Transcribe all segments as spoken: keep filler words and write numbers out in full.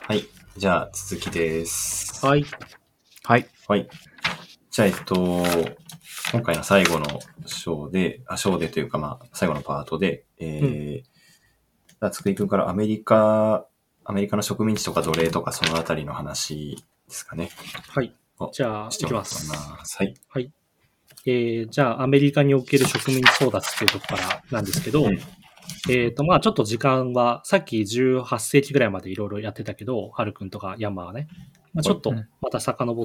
はい。じゃあ、続きです。 はい。 はい。 はい。じゃあ、えっと、今回の最後の章で、あ、章でというか、まあ、最後のパートで、えー、うん、つくいくんからアメリカ、アメリカの植民地とか奴隷とかそのあたりの話ですかね。 はい。じゃあ、いきます。 はい。 はい。えー、じゃあ、アメリカにおける植民地争奪っていうところからなんですけど、うん、えっと、まあちょっと時間は、さっきじゅうはっせいきぐらいまでいろいろやってたけど、ハルくんとかヤンマーはね、まあ、ちょっとまた遡って、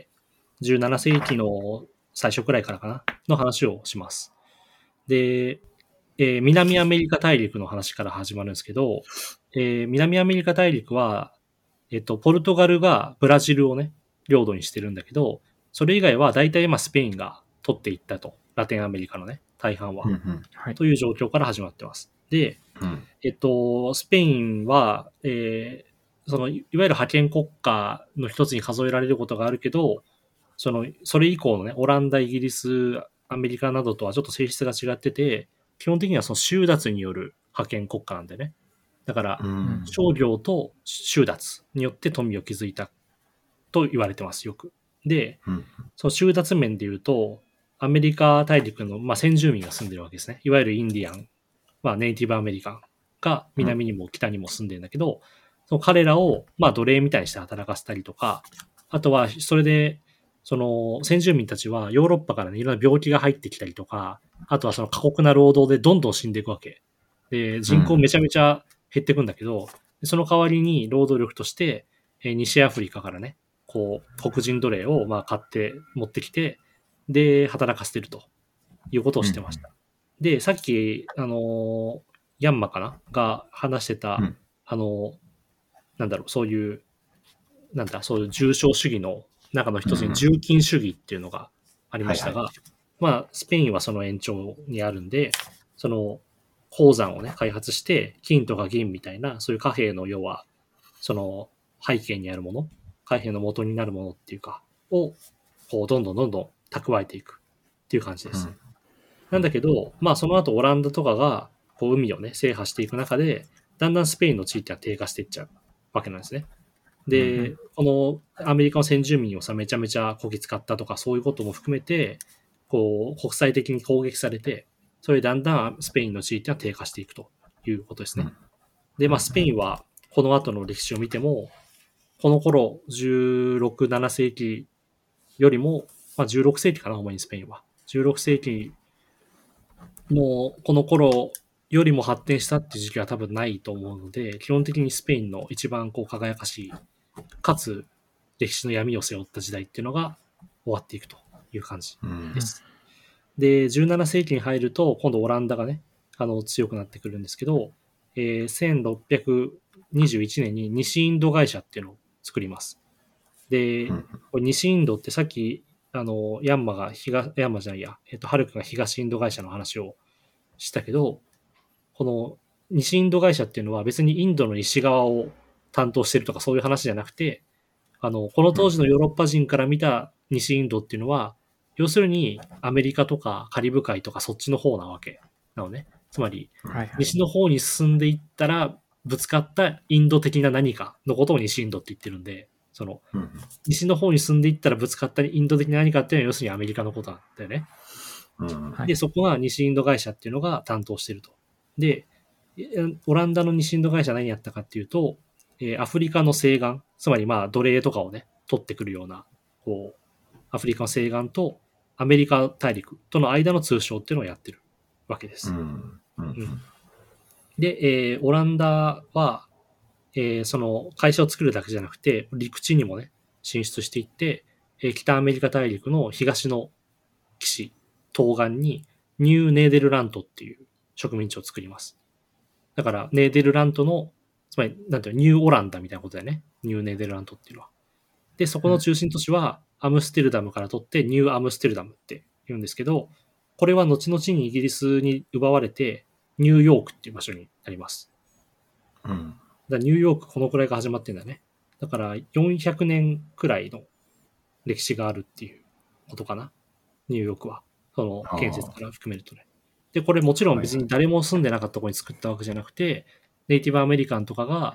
じゅうななせいきの最初くらいからかな、の話をします。で、えー、南アメリカ大陸の話から始まるんですけど、えー、南アメリカ大陸は、えっと、ポルトガルがブラジルをね、領土にしてるんだけど、それ以外は大体今スペインが取っていったと。ラテンアメリカのね、大半は。 うんうんはい、 という状況から始まってます。で、うん、えっと、スペインは、えー、その、いわゆる覇権国家の一つに数えられることがあるけど、その、それ以降のね、オランダ、イギリス、アメリカなどとはちょっと性質が違ってて、基本的にはその収奪による覇権国家なんでね。だから、商業と収奪によって富を築いたと言われてます、よく。で、うん、その収奪面で言うと、アメリカ大陸の、まあ、先住民が住んでるわけですね。いわゆるインディアン、まあ、ネイティブアメリカンが南にも北にも住んでるんだけど、うん、その彼らを、まあ、奴隷みたいにして働かせたりとか、あとは、それで、その、先住民たちはヨーロッパからね、いろんな病気が入ってきたりとか、あとはその過酷な労働でどんどん死んでいくわけ。で、人口めちゃめちゃ減っていくんだけど、うん、その代わりに労働力として、えー、西アフリカからね、こう、黒人奴隷をまあ買って持ってきて、で、働かせてるということをしてました。うん、で、さっき、あのー、ヤンマかなが話してた、うん、あのー、なんだろう、そういう、なんだ、そういう重商主義の中の一つに重金主義っていうのがありましたが、うんはいはい、まあ、スペインはその延長にあるんで、その、鉱山をね、開発して、金とか銀みたいな、そういう貨幣の要は、その、背景にあるもの、貨幣の元になるものっていうか、を、こう、どんどんどんどん蓄えていくっていう感じです。うん、なんだけど、まあ、その後オランダとかが、こう、海をね、制覇していく中で、だんだんスペインの地域が低下していっちゃうわけなんですね。で、うん、このアメリカの先住民をさ、めちゃめちゃこき使ったとか、そういうことも含めて、こう、国際的に攻撃されて、それでだんだんスペインの地域が低下していくということですね。うん、で、まあ、スペインは、この後の歴史を見ても、この頃、じゅうろく、ななせいきよりも、まあ、じゅうろくせいきかな、主にスペインは。じゅうろくせいきのこの頃よりも発展したっていう時期は多分ないと思うので、基本的にスペインの一番こう輝かしい、かつ歴史の闇を背負った時代っていうのが終わっていくという感じです。うん、で、じゅうななせいきに入ると、今度オランダがね、あの強くなってくるんですけど、えー、せんろっぴゃくにじゅういちねんに西インド会社っていうのを作ります。で、これ西インドってさっき、あの、ヤンマが東、ヤンマじゃないや、えっと、ハルクが東インド会社の話をしたけど、この西インド会社っていうのは別にインドの西側を担当してるとかそういう話じゃなくて、あの、この当時のヨーロッパ人から見た西インドっていうのは、要するにアメリカとかカリブ海とかそっちの方なわけなのね。つまり、西の方に進んでいったらぶつかったインド的な何かのことを西インドって言ってるんで、その、西の方に進んでいったらぶつかったインド的な何かっていうのは要するにアメリカのことなんだよね。で、そこが西インド会社っていうのが担当してると。で、オランダの西インド会社は何やったかっていうと、えー、アフリカの西岸、つまりまあ奴隷とかをね、取ってくるような、こう、アフリカの西岸とアメリカ大陸との間の通商っていうのをやってるわけです。うんうん、で、えー、オランダは、えー、その会社を作るだけじゃなくて、陸地にもね、進出していって、えー、北アメリカ大陸の東の岸、東岸にニューネーデルラントっていう植民地を作ります。だから、ネーデルラントの、つまり、なんていうの、ニューオランダみたいなことだよね。ニューネーデルラントっていうのは。で、そこの中心都市は、アムステルダムから取って、ニューアムステルダムって言うんですけど、これは後々にイギリスに奪われて、ニューヨークっていう場所になります。うん。だからニューヨークこのくらいが始まってんだね。だから、よんひゃくねんくらいの歴史があるっていうことかな。ニューヨークは。その建設から含めるとね。で、これもちろん別に誰も住んでなかったところに作ったわけじゃなくて、ネイティブアメリカンとかが、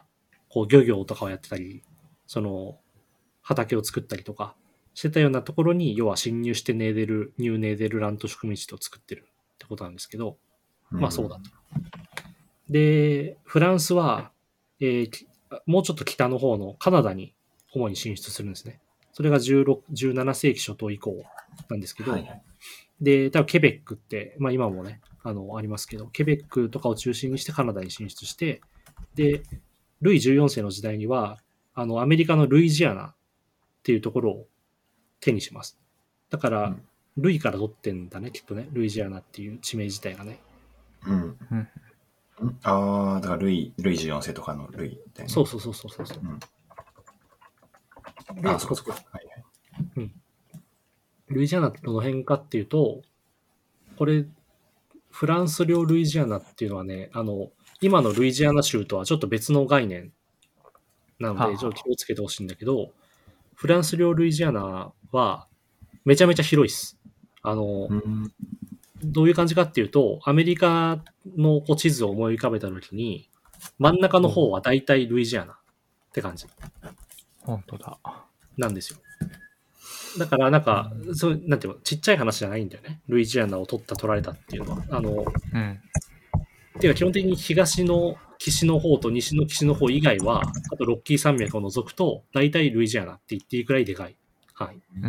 こう漁業とかをやってたり、その畑を作ったりとかしてたようなところに、要は侵入してネーデル、ニューネーデルラント植民地を作ってるってことなんですけど、まあそうだと。で、フランスは、えー、もうちょっと北の方のカナダに主に進出するんですね。それがじゅうろく、じゅうなな世紀初頭以降なんですけど、はいはい、で、多分ケベックって、まあ今もね、あの、ありますけど、ケベックとかを中心にしてカナダに進出して、で、ルイじゅうよん世の時代には、あの、アメリカのルイジアナっていうところを手にします。だから、うん、ルイから取ってんだね、きっとね、ルイジアナっていう地名自体がね。 うん。うん、ああ、だからルイ、ルイじゅうよん世とかのルイみたいな、ね。 そうそうそうそうそう。うん、ああ、そうか。はいはい。うん。ルイジアナってどの辺かっていうと、これ、フランス領ルイジアナっていうのはね、あの、今のルイジアナ州とはちょっと別の概念なので、ちょっと気をつけてほしいんだけど、フランス領ルイジアナはめちゃめちゃ広いです。あの、うん、どういう感じかっていうと、アメリカのこう地図を思い浮かべたときに、真ん中の方は大体ルイジアナって感じ。 本当だ。 なんですよ。だからなんか、うん、そうなんていうの、ちっちゃい話じゃないんだよね。ルイジアナを取った取られたっていうのは。あの、うん。っていうか基本的に東の岸の方と西の岸の方以外は、あとロッキー山脈を除くと、大体ルイジアナって言っていいくらいでかい。はい。うん、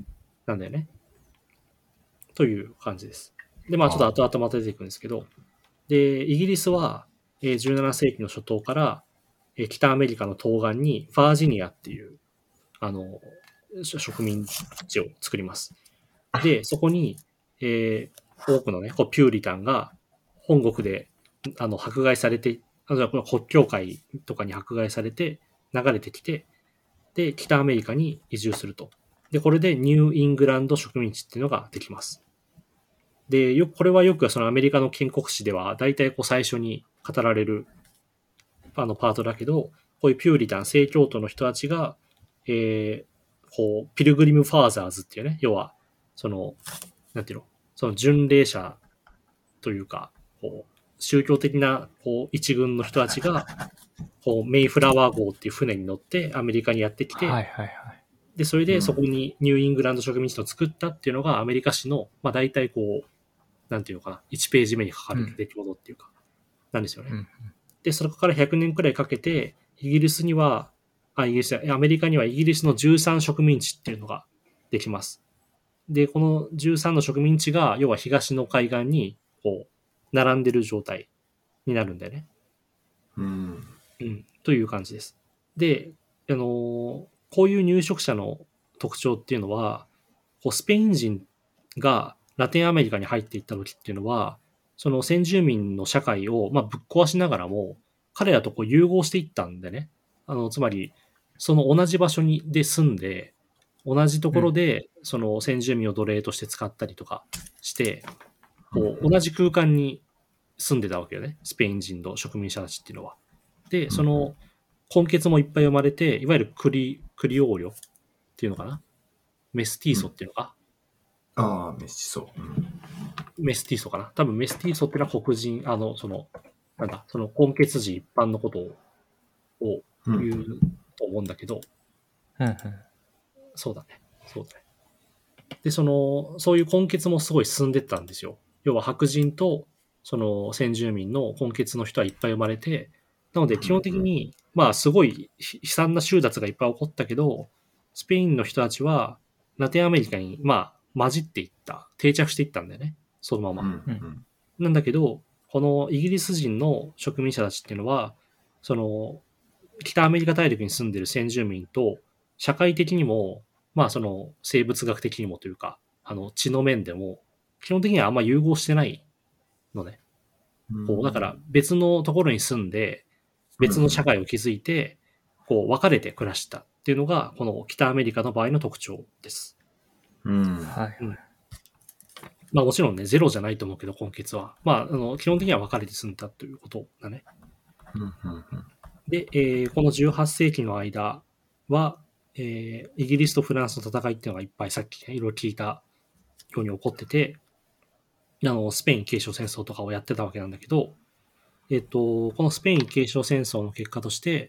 なんだよね。という感じです。で、まあちょっと後々また出ていくんですけど、で、イギリスはじゅうなな世紀の初頭から北アメリカの東岸にファージニアっていう、あの、植民地を作ります。で、そこに、えー、多くのね、こうピューリタンが本国であの迫害されて、あの国教会とかに迫害されて流れてきて、で、北アメリカに移住すると。で、これでニューイングランド植民地っていうのができます。で、よく、これはよくそのアメリカの建国史では大体こう最初に語られるあのパートだけど、こういうピューリタン、正教徒の人たちが、えー、こう、ピルグリム・ファーザーズっていうね、要は、その、なんていうの、その巡礼者というか、こう、宗教的な、こう、一軍の人たちが、こう、メイフラワー号っていう船に乗ってアメリカにやってきて、 はいはいはい。 で、それでそこにニューイングランド植民地を作ったっていうのがアメリカ史の、まあ大体こう、なんていうのかな、いちページ目に書かれる出来事っていうか、うん、なんですよね。うん、で、そこからひゃくねんくらいかけて、イギリスには、あ、イギリス、アメリカにはイギリスのじゅうさん植民地っていうのができます。で、このじゅうさんの植民地が、要は東の海岸に、こう、並んでる状態になるんだよね。 うん。 うん。という感じです。で、あのー、こういう入植者の特徴っていうのは、こうスペイン人がラテンアメリカに入っていった時っていうのは、その先住民の社会を、まあ、ぶっ壊しながらも、彼らとこう融合していったんでね。あの、つまり、その同じ場所にで住んで、同じところで、その先住民を奴隷として使ったりとかして、こう、同じ空間に住んでたわけよね。スペイン人の植民者たちっていうのは。で、その根血もいっぱい生まれて、いわゆるクリ、クリオーリョっていうのかな。メスティーソっていうのか。 うん、ああ、メスティーソ。 うん、メスティーソかな。多分メスティーソっていうのは黒人、あの、その、なんだ、その根血児一般のことを、を言うと思うんだけど、 うんうん、 そうだね。そうだね。で、その、そういう根血もすごい進んでったんですよ。要は白人と、その先住民の根血の人はいっぱい生まれて、なので基本的に、まあすごい悲惨な収奪がいっぱい起こったけど、スペインの人たちはラテンアメリカに、まあ混じっていった、定着していったんだよね。そのまま。うんうん、なんだけど、このイギリス人の植民者たちっていうのは、その北アメリカ大陸に住んでる先住民と社会的にも、まあその生物学的にもというか、あの血の面でも、基本的にはあんま融合してないのね。こうだから別のところに住んで、別の社会を築いて、こう分かれて暮らしたっていうのが、この北アメリカの場合の特徴です。 うん。 はい。うん、 まあもちろんね、ゼロじゃないと思うけど、根血は。まあ、あの基本的には分かれて住んだということだね。 うんうんうん、 で、えー、このじゅうはっ世紀の間は、えー、イギリスとフランスの戦いっていうのがいっぱいさっきね、いろいろ聞いたように起こってて、あの、スペイン継承戦争とかをやってたわけなんだけど、えっと、このスペイン継承戦争の結果として、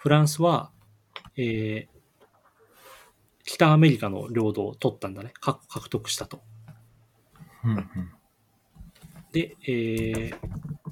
フランスは、えー、北アメリカの領土を取ったんだね。獲得したと。 うんうん、 で、えー、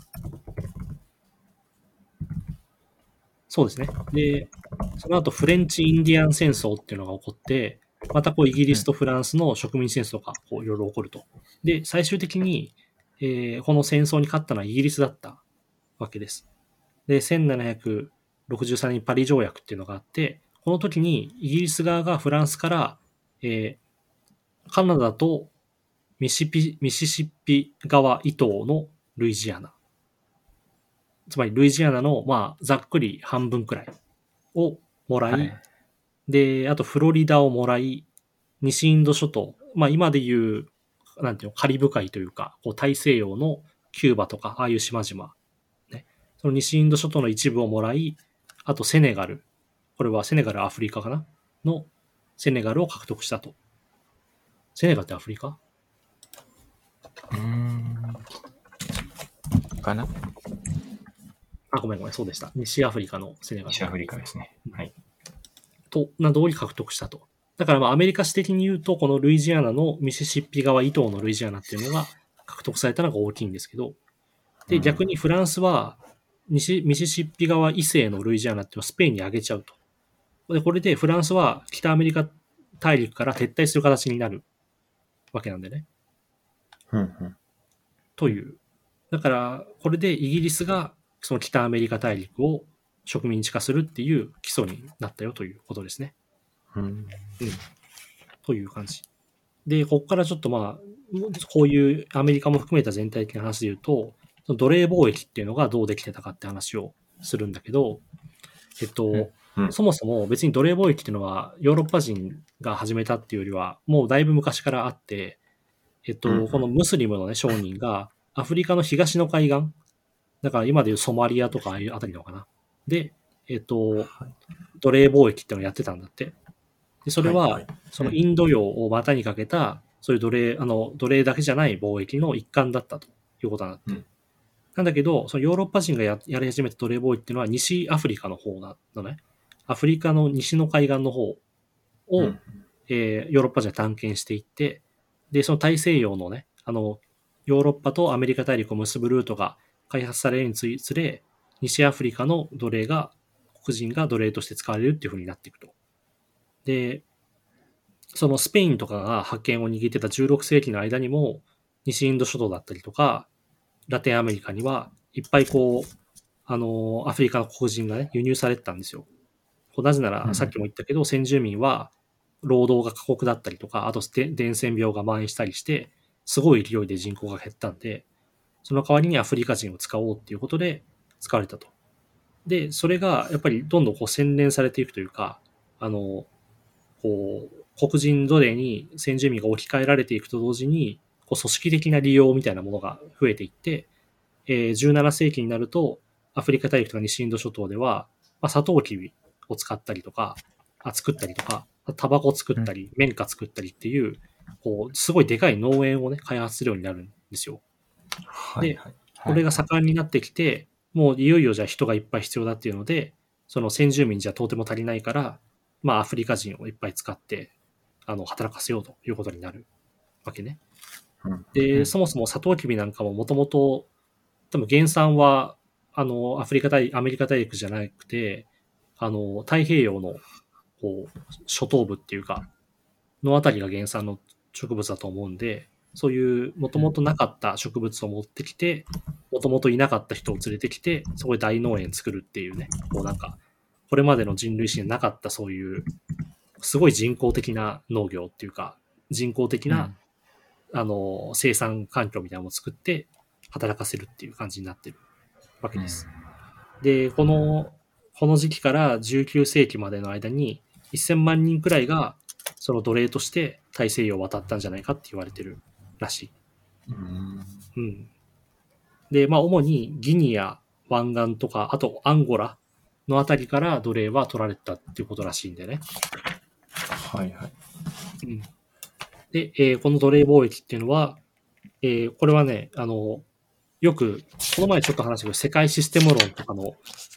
そうですね。で、その後フレンチ・インディアン戦争っていうのが起こって、またこうイギリスとフランスの植民戦争がこういろいろ起こると。で、最終的に、えー、この戦争に勝ったのはイギリスだったわけです。で、せんななひゃくろくじゅうさんねんパリ条約っていうのがあって、この時にイギリス側がフランスから、えー、カナダとミシピ、ミシシッピ川以東のルイジアナ。つまりルイジアナの、まあ、ざっくり半分くらいをもらい、はい、で、あとフロリダをもらい、西インド諸島、まあ今でいう、なんていうの、カリブ海というか、こう大西洋のキューバとか、ああいう島々、ね。その西インド諸島の一部をもらい、あとセネガル、これはセネガル、アフリカかなのセネガルを獲得したと。セネガルってアフリカ？ うーん。かな？ あ、ごめんごめん、そうでした。西アフリカのセネガル。 西アフリカですね。はい。 と、などを獲得したと。だからまあアメリカ史的に言うと、このルイジアナのミシシッピ川以東のルイジアナっていうのが獲得されたのが大きいんですけど、で、逆にフランスは西ミシシッピ川以西のルイジアナっていうのをスペインにあげちゃうと。で、これでフランスは北アメリカ大陸から撤退する形になるわけなんでね。 うんうん、 という。だから、これでイギリスがその北アメリカ大陸を植民地化するっていう基礎になったよということですね。 うん。うん。 という感じ。で、ここからちょっとまあ、こういうアメリカも含めた全体的な話で言うと、奴隷貿易っていうのがどうできてたかって話をするんだけど、えっと、うんうん、そもそも別に奴隷貿易っていうのはヨーロッパ人が始めたっていうよりは、もうだいぶ昔からあって、えっと、うんうん、このムスリムのね、商人がアフリカの東の海岸、だから今でいうソマリアとかああいうあたりのかな。で、えっと、奴隷貿易っていうのをやってたんだって。で、それは、はいはい、そのインド洋を股にかけた、そういう奴隷、あの、奴隷だけじゃない貿易の一環だったということなんだって。うん、なんだけど、そのヨーロッパ人が や, やり始めた奴隷貿易っていうのは西アフリカの方なのね。アフリカの西の海岸の方を、うん、えー、ヨーロッパ人が探検していって、で、その大西洋のね、あの、ヨーロッパとアメリカ大陸を結ぶルートが開発されるにつれ、西アフリカの奴隷が、黒人が奴隷として使われるっていう風になっていくと。で、そのスペインとかが覇権を握ってたじゅうろくせいきの間にも、西インド諸島だったりとか、ラテンアメリカにはいっぱいこう、あの、アフリカの黒人がね、輸入されてたんですよ。なぜなら、さっきも言ったけど、うん、先住民は労働が過酷だったりとか、あと伝染病が蔓延したりして、すごい勢いで人口が減ったんで、その代わりにアフリカ人を使おうっていうことで使われたと。で、それがやっぱりどんどんこう洗練されていくというか、あの、こう、黒人奴隷に先住民が置き換えられていくと同時に、こう組織的な利用みたいなものが増えていって、えー、じゅうななせいきになると、アフリカ大陸とか西インド諸島では、まあ、サトウキビを使ったりとか、あ作ったりとか、タバコ作ったり、綿花作ったりっていう、こう、すごいでかい農園をね、開発するようになるんですよ。 はいはい、 で、これが盛んになってきて、もういよいよじゃあ人がいっぱい必要だっていうので、その先住民じゃとても足りないから、まあアフリカ人をいっぱい使って、あの、働かせようということになるわけね。 うん、 で、 うん、 そもそもサトウキビなんかももともと、多分原産は、あの、アフリカ大、アメリカ大陸じゃなくて、あの、太平洋の、こう、諸島部っていうか、のあたりが原産の植物だと思うんで、そういうもともとなかった植物を持ってきて、もともといなかった人を連れてきて、そこで大農園作るっていうね、こうなんか、これまでの人類史になかったそういう、すごい人工的な農業っていうか、人工的な、うん、あの、生産環境みたいなのを作って働かせるっていう感じになってるわけです。うん、で、この、この時期からじゅうきゅうせいきまでの間にせんまんにんくらいがその奴隷として大西洋を渡ったんじゃないかって言われてるらしい。 うん。 うん。で、まあ主にギニア湾岸とか、あとアンゴラのあたりから奴隷は取られたっていうことらしいんでね。 はいはい。 うん。で、えー、この奴隷貿易っていうのは、えー、これはね、あの、よく、この前ちょっと話したけど、世界システム論とかの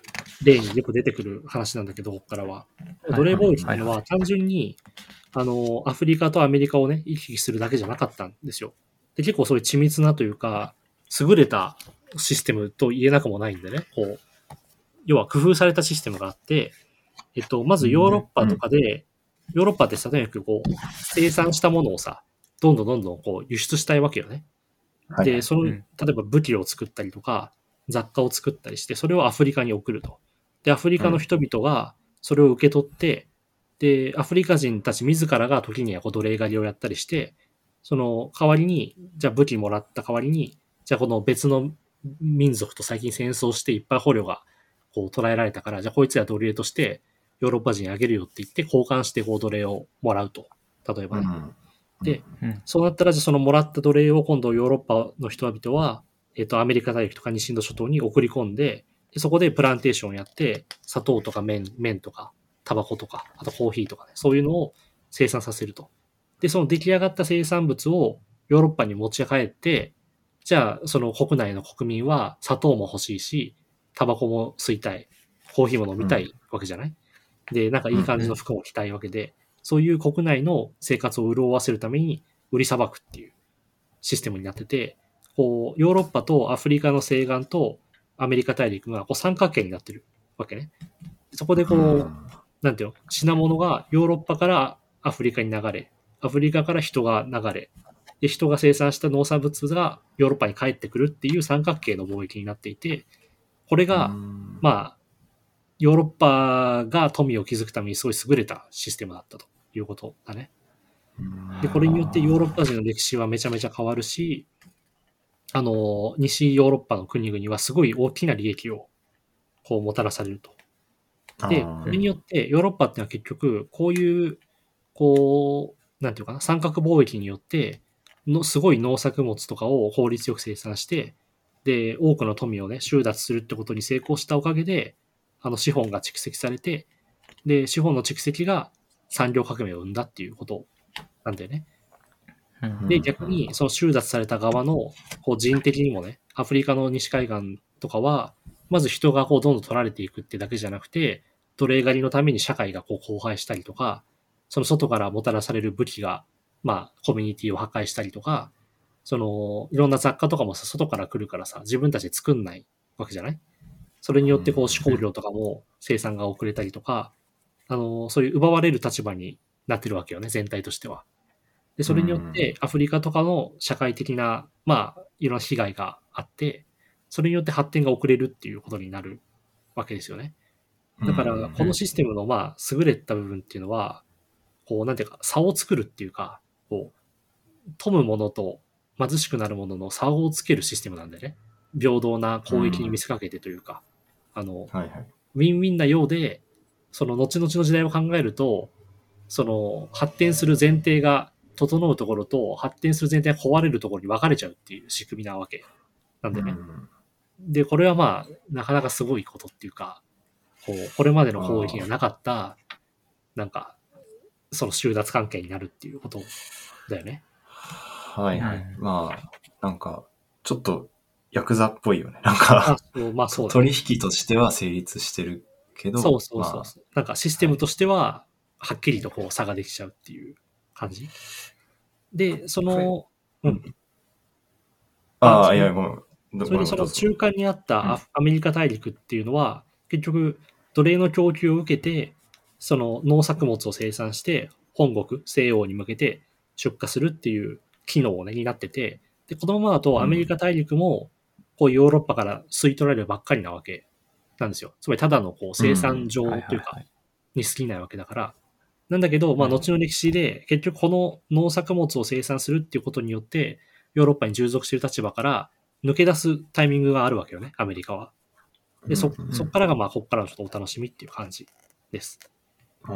例によく出てくる話なんだけど、ここからは。奴隷貿易っていうのは単純に、あの、アフリカとアメリカをね、行き来するだけじゃなかったんですよ。で、結構そういう緻密なというか、優れたシステムと言えなくもないんでね、こう、要は工夫されたシステムがあって、えっと、まずヨーロッパとかで、ヨーロッパってさ、とにかくこう、生産したものをさ、どんどんどんどんこう輸出したいわけよね。で、その、例えば武器を作ったりとか、雑貨を作ったりして、それをアフリカに送ると。で、アフリカの人々がそれを受け取って、で、アフリカ人たち自らが時にはこう奴隷狩りをやったりして、その代わりに、じゃあ武器もらった代わりに、じゃあこの別の民族と最近戦争していっぱい捕虜がこう捕らえられたから、じゃあこいつら奴隷としてヨーロッパ人にあげるよって言って交換してこう奴隷をもらうと。例えばね。で、そうなったら、じゃあそのもらった奴隷を今度ヨーロッパの人々は、えっと、アメリカ大陸とか西インド諸島に送り込んで、でそこでプランテーションをやって、砂糖とか麺、麺とか、タバコとか、あとコーヒーとかね、そういうのを生産させると。で、その出来上がった生産物をヨーロッパに持ち帰って、じゃあ、その国内の国民は砂糖も欲しいし、タバコも吸いたい、コーヒーも飲みたいわけじゃない、うん、で、なんかいい感じの服も着たいわけで、うんうん、そういう国内の生活を潤わせるために売りさばくっていうシステムになってて、こう、ヨーロッパとアフリカの西岸とアメリカ大陸がこう三角形になってるわけね。そこでこう、うん、なんていうの、品物がヨーロッパからアフリカに流れ、アフリカから人が流れ、で、人が生産した農産物がヨーロッパに帰ってくるっていう三角形の貿易になっていて、これが、まあ、ヨーロッパが富を築くためにすごい優れたシステムだったということだね。で、これによってヨーロッパ人の歴史はめちゃめちゃ変わるし、あの、西ヨーロッパの国々はすごい大きな利益をこうもたらされると。で、これによってヨーロッパっていうのは結局、こういう、こう、なんていうかな、三角貿易によって、のすごい農作物とかを効率よく生産して、で、多くの富をね、収奪するってことに成功したおかげで、あの資本が蓄積されて、で、資本の蓄積が産業革命を生んだっていうことなんだよね。で、逆にその収奪された側のこう人的にもね、アフリカの西海岸とかは、まず人がこうどんどん取られていくってだけじゃなくて、奴隷狩りのために社会がこう荒廃したりとか、その外からもたらされる武器が、まあ、コミュニティを破壊したりとか、その、いろんな雑貨とかもさ、外から来るからさ、自分たちで作んないわけじゃない？それによってこう、手工業とかも生産が遅れたりとか、あの、そういう奪われる立場になってるわけよね、全体としては。で、それによってアフリカとかの社会的な、まあ、いろんな被害があって、それによって発展が遅れるっていうことになるわけですよね。だから、このシステムの、まあ、優れた部分っていうのは、こう、なんていうか、差を作るっていうか、こう、富むものと貧しくなるものの差をつけるシステムなんでね。平等な攻撃に見せかけてというか、うん、あの、はいはい、ウィンウィンなようで、その後々の時代を考えると、その発展する前提が整うところと発展する前提が壊れるところに分かれちゃうっていう仕組みなわけなんでね。うん、で、これはまあ、なかなかすごいことっていうか、こう、これまでの攻撃がなかった、なんか、その収奪関係になるっていうことだよね。 はいはい。うん、まあ、なんか、ちょっと、ヤクザっぽいよね。なんか、 まあそう、ね、 取引としては成立してるけど、 そうそうそうそう、まあ。なんかシステムとしては、はっきりとこう差ができちゃうっていう感じ。で、その、うん。 ああ、いや、ごめん。 それでその中間にあったアメリカ大陸っていうのは、うん、結局、奴隷の供給を受けて、その農作物を生産して、本国、西洋に向けて出荷するっていう機能をね、になってて、で、このままだとアメリカ大陸も、こうヨーロッパから吸い取られるばっかりなわけなんですよ。つまりただのこう生産上というか、に過ぎないわけだから。なんだけど、まあ後の歴史で、結局この農作物を生産するっていうことによって、ヨーロッパに従属している立場から抜け出すタイミングがあるわけよね、アメリカは。で、そ、そっからがまあこっからのちょっとお楽しみっていう感じです。うん、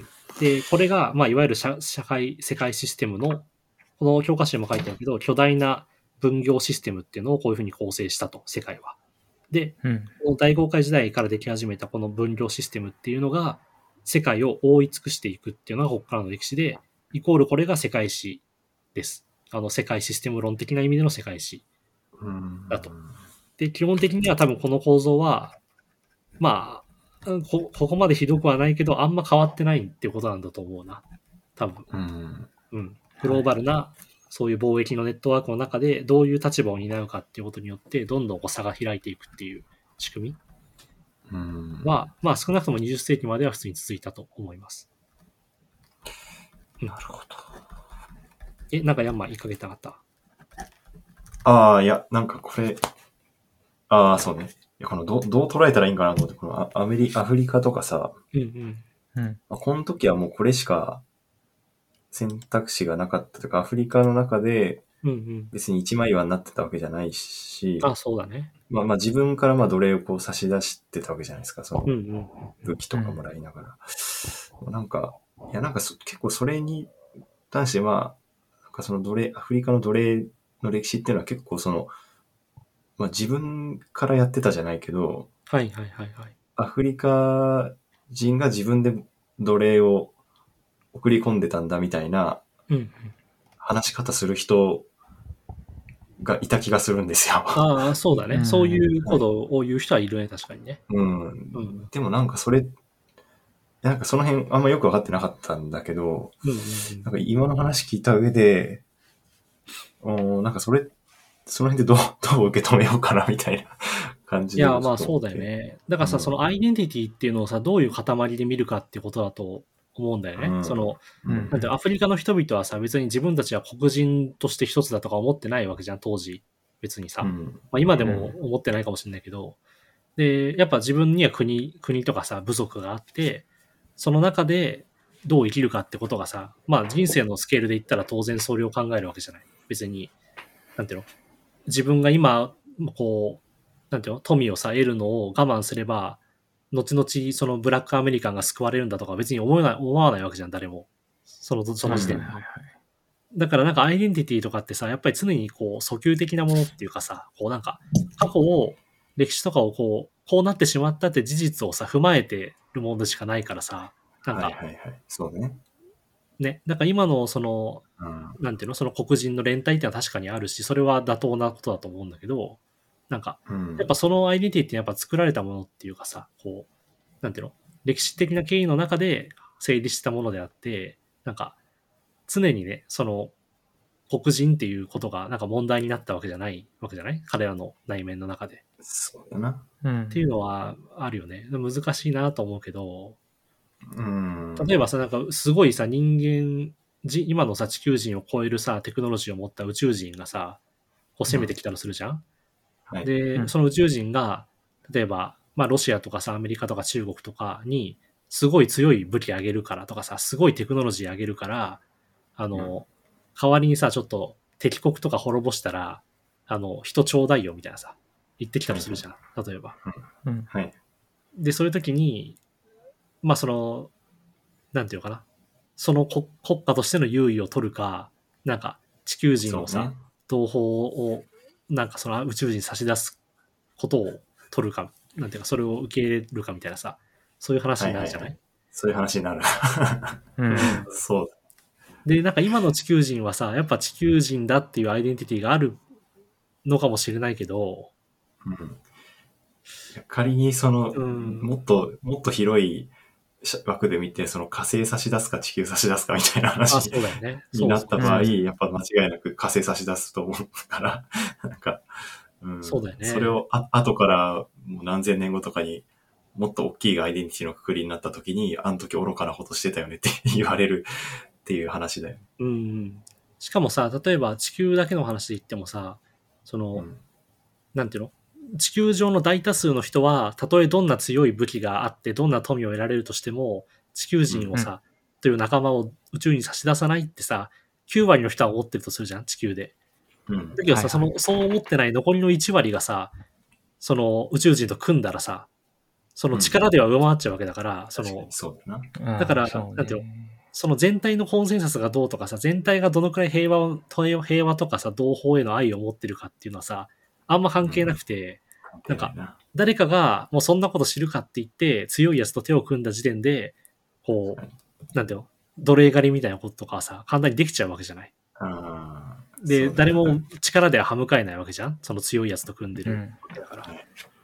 で、これが、まあいわゆる社、社会、世界システムの、この教科書にも書いてあるけど、巨大な分業システムっていうのをこういうふうに構成したと、世界は。で、うん、この大航海時代からでき始めたこの分業システムっていうのが、世界を覆い尽くしていくっていうのがここからの歴史で、イコールこれが世界史です。あの、世界システム論的な意味での世界史だと。で、基本的には多分この構造は、まあ、 こ、ここまでひどくはないけど、あんま変わってないってことなんだと思うな。多分。 うん。 うん。グローバルな、そういう貿易のネットワークの中で、どういう立場を担うかっていうことによって、どんどんこう差が開いていくっていう仕組みは、まあ少なくともにじゅっ世紀までは普通に続いたと思います。 なるほど。 え、なんかヤンマンいっかげつなかった？ ああ、いや、なんかこれ、ああ、そうね。いやこのどどう捉えたらいいんかなと思って、このアメリアフリカとかさ、 うんうん。 うん。 この時はもうこれしか選択肢がなかったというか、アフリカの中でうんうん。 別に一枚岩になってたわけじゃないし、 あ、そうだね。 まあまあ自分からまあ奴隷をこう差し出してたわけじゃないですか、そのうんうん。 武器とかもらいながら。なんか、いやなんかそ結構それに関してまあ、なんかその奴隷、アフリカの奴隷の歴史っていうのは結構その、まあ自分からやってたじゃないけど、 はいはいはいはい。 アフリカ人が自分で奴隷を送り込んでたんだみたいなうんうん。 話し方する人がいた気がするんですよ。 ああ、そうだね。 うんそういうことを言う人はいるね、確かにね。 うん。 うんでもなんかそれ、なんかその辺あんまよくわかってなかったんだけど、 うんうんうんなんか今の話聞いた上で、おなんかそれ、その辺でどう、どう受け止めようかなみたいな感じで。 いや、まあそうだよね。だからさ、 うんそのアイデンティティっていうのをさ、どういう塊で見るかってことだと思うんだよね。 うんその、 うんなんていうのアフリカの人々はさ、別に自分たちは黒人として一つだとか思ってないわけじゃん、当時。別にさ。 うんまあ今でも思ってないかもしれないけど。で、やっぱ自分には国、国とかさ、部族があって、その中でどう生きるかってことがさ、まあ人生のスケールで言ったら当然それを考えるわけじゃない。別に、なんていうの自分が今、こう、なんていうの富をさ、得るのを我慢すれば、後々そのブラックアメリカンが救われるんだとか別に思わない、思わないわけじゃん、誰も。その、その時点で。 はいはいはい。 だからなんかアイデンティティとかってさ、やっぱり常にこう、訴求的なものっていうかさ、こうなんか、過去を、歴史とかをこう、こうなってしまったって事実をさ、踏まえてるものしかないからさ、なんか、 はいはいはい。そうね。 ね、なんか今のその、 うんなんていうの、その黒人の連帯っていうのは確かにあるし、それは妥当なことだと思うんだけど、なんか、 うんやっぱそのアイデンティティってやっぱ作られたものっていうかさ、こう、なんていうの、歴史的な経緯の中で成立したものであって、なんか、常にね、その、黒人っていうことがなんか問題になったわけじゃないわけじゃない彼らの内面の中で。 そうだな。 うん。 っていうのはあるよね。難しいなと思うけど、 うん。 例えばさ、なんかすごいさ、人間、じ今のさ、地球人を超えるさ、テクノロジーを持った宇宙人がさ、こう攻めてきたとするじゃん、 はい。 で、 うんその宇宙人が、例えば、まあ、ロシアとかさ、アメリカとか中国とかに、すごい強い武器あげるからとかさ、すごいテクノロジーあげるから、あの、代わりにさ、ちょっと敵国とか滅ぼしたら、あの、人ちょうだいよみたいなさ、言ってきたとするじゃん、例えば。 うん。 はい。 で、そういう時に、まあ、その、なんていうのかな。その国国家としての優位を取るか、なんか、地球人をさ、 そうね同胞を、なんかその宇宙人に差し出すことを取るか、なんていうか、それを受け入れるかみたいなさ、そういう話になるじゃない、 はいはいはいそういう話になる。 うん。 そうだ。 で、なんか今の地球人はさ、やっぱ地球人だっていうアイデンティティがあるのかもしれないけど、 うん、いや仮にその、 うんもっと、もっと広い枠で見て、その火星差し出すか地球差し出すかみたいなあ、 話そうだよね。 になった場合、 そうやっぱ間違いなく火星差し出すと思うから、なんか、うん、 そうだよねそれをあ後からもう何千年後とかにもっと大きいアイデンティティのくくりになった時に、あの時愚かなことしてたよねって言われるっていう話だよ。 うんうん。しかもさ、例えば地球だけの話で言ってもさ、その、 うんなんていうの地球上の大多数の人は、たとえどんな強い武器があって、どんな富を得られるとしても、地球人をさ、という仲間を宇宙に差し出さないってさ、きゅう割の人は思ってるとするじゃん、地球で。 うんだけどさ、 はいはいその、そう思ってない残りのいち割がさ、その宇宙人と組んだらさ、その力では上回っちゃうわけだから、その確かに、そうだな。 うんだからそうねなんていうその全体のコンセンサスがどうとかさ、全体がどのくらい平和を、平和とかさ、同胞への愛を持ってるかっていうのはさ、あんま関係なくて、なんかな誰かがもうそんなこと知るかって言って、強いやつと手を組んだ時点で、こう、 はいなんていうの奴隷狩りみたいなこととかはさ、簡単にできちゃうわけじゃない。 あーで、 そうだな誰も力では歯向かえないわけじゃんその強いやつと組んでるうんわけだから。 はい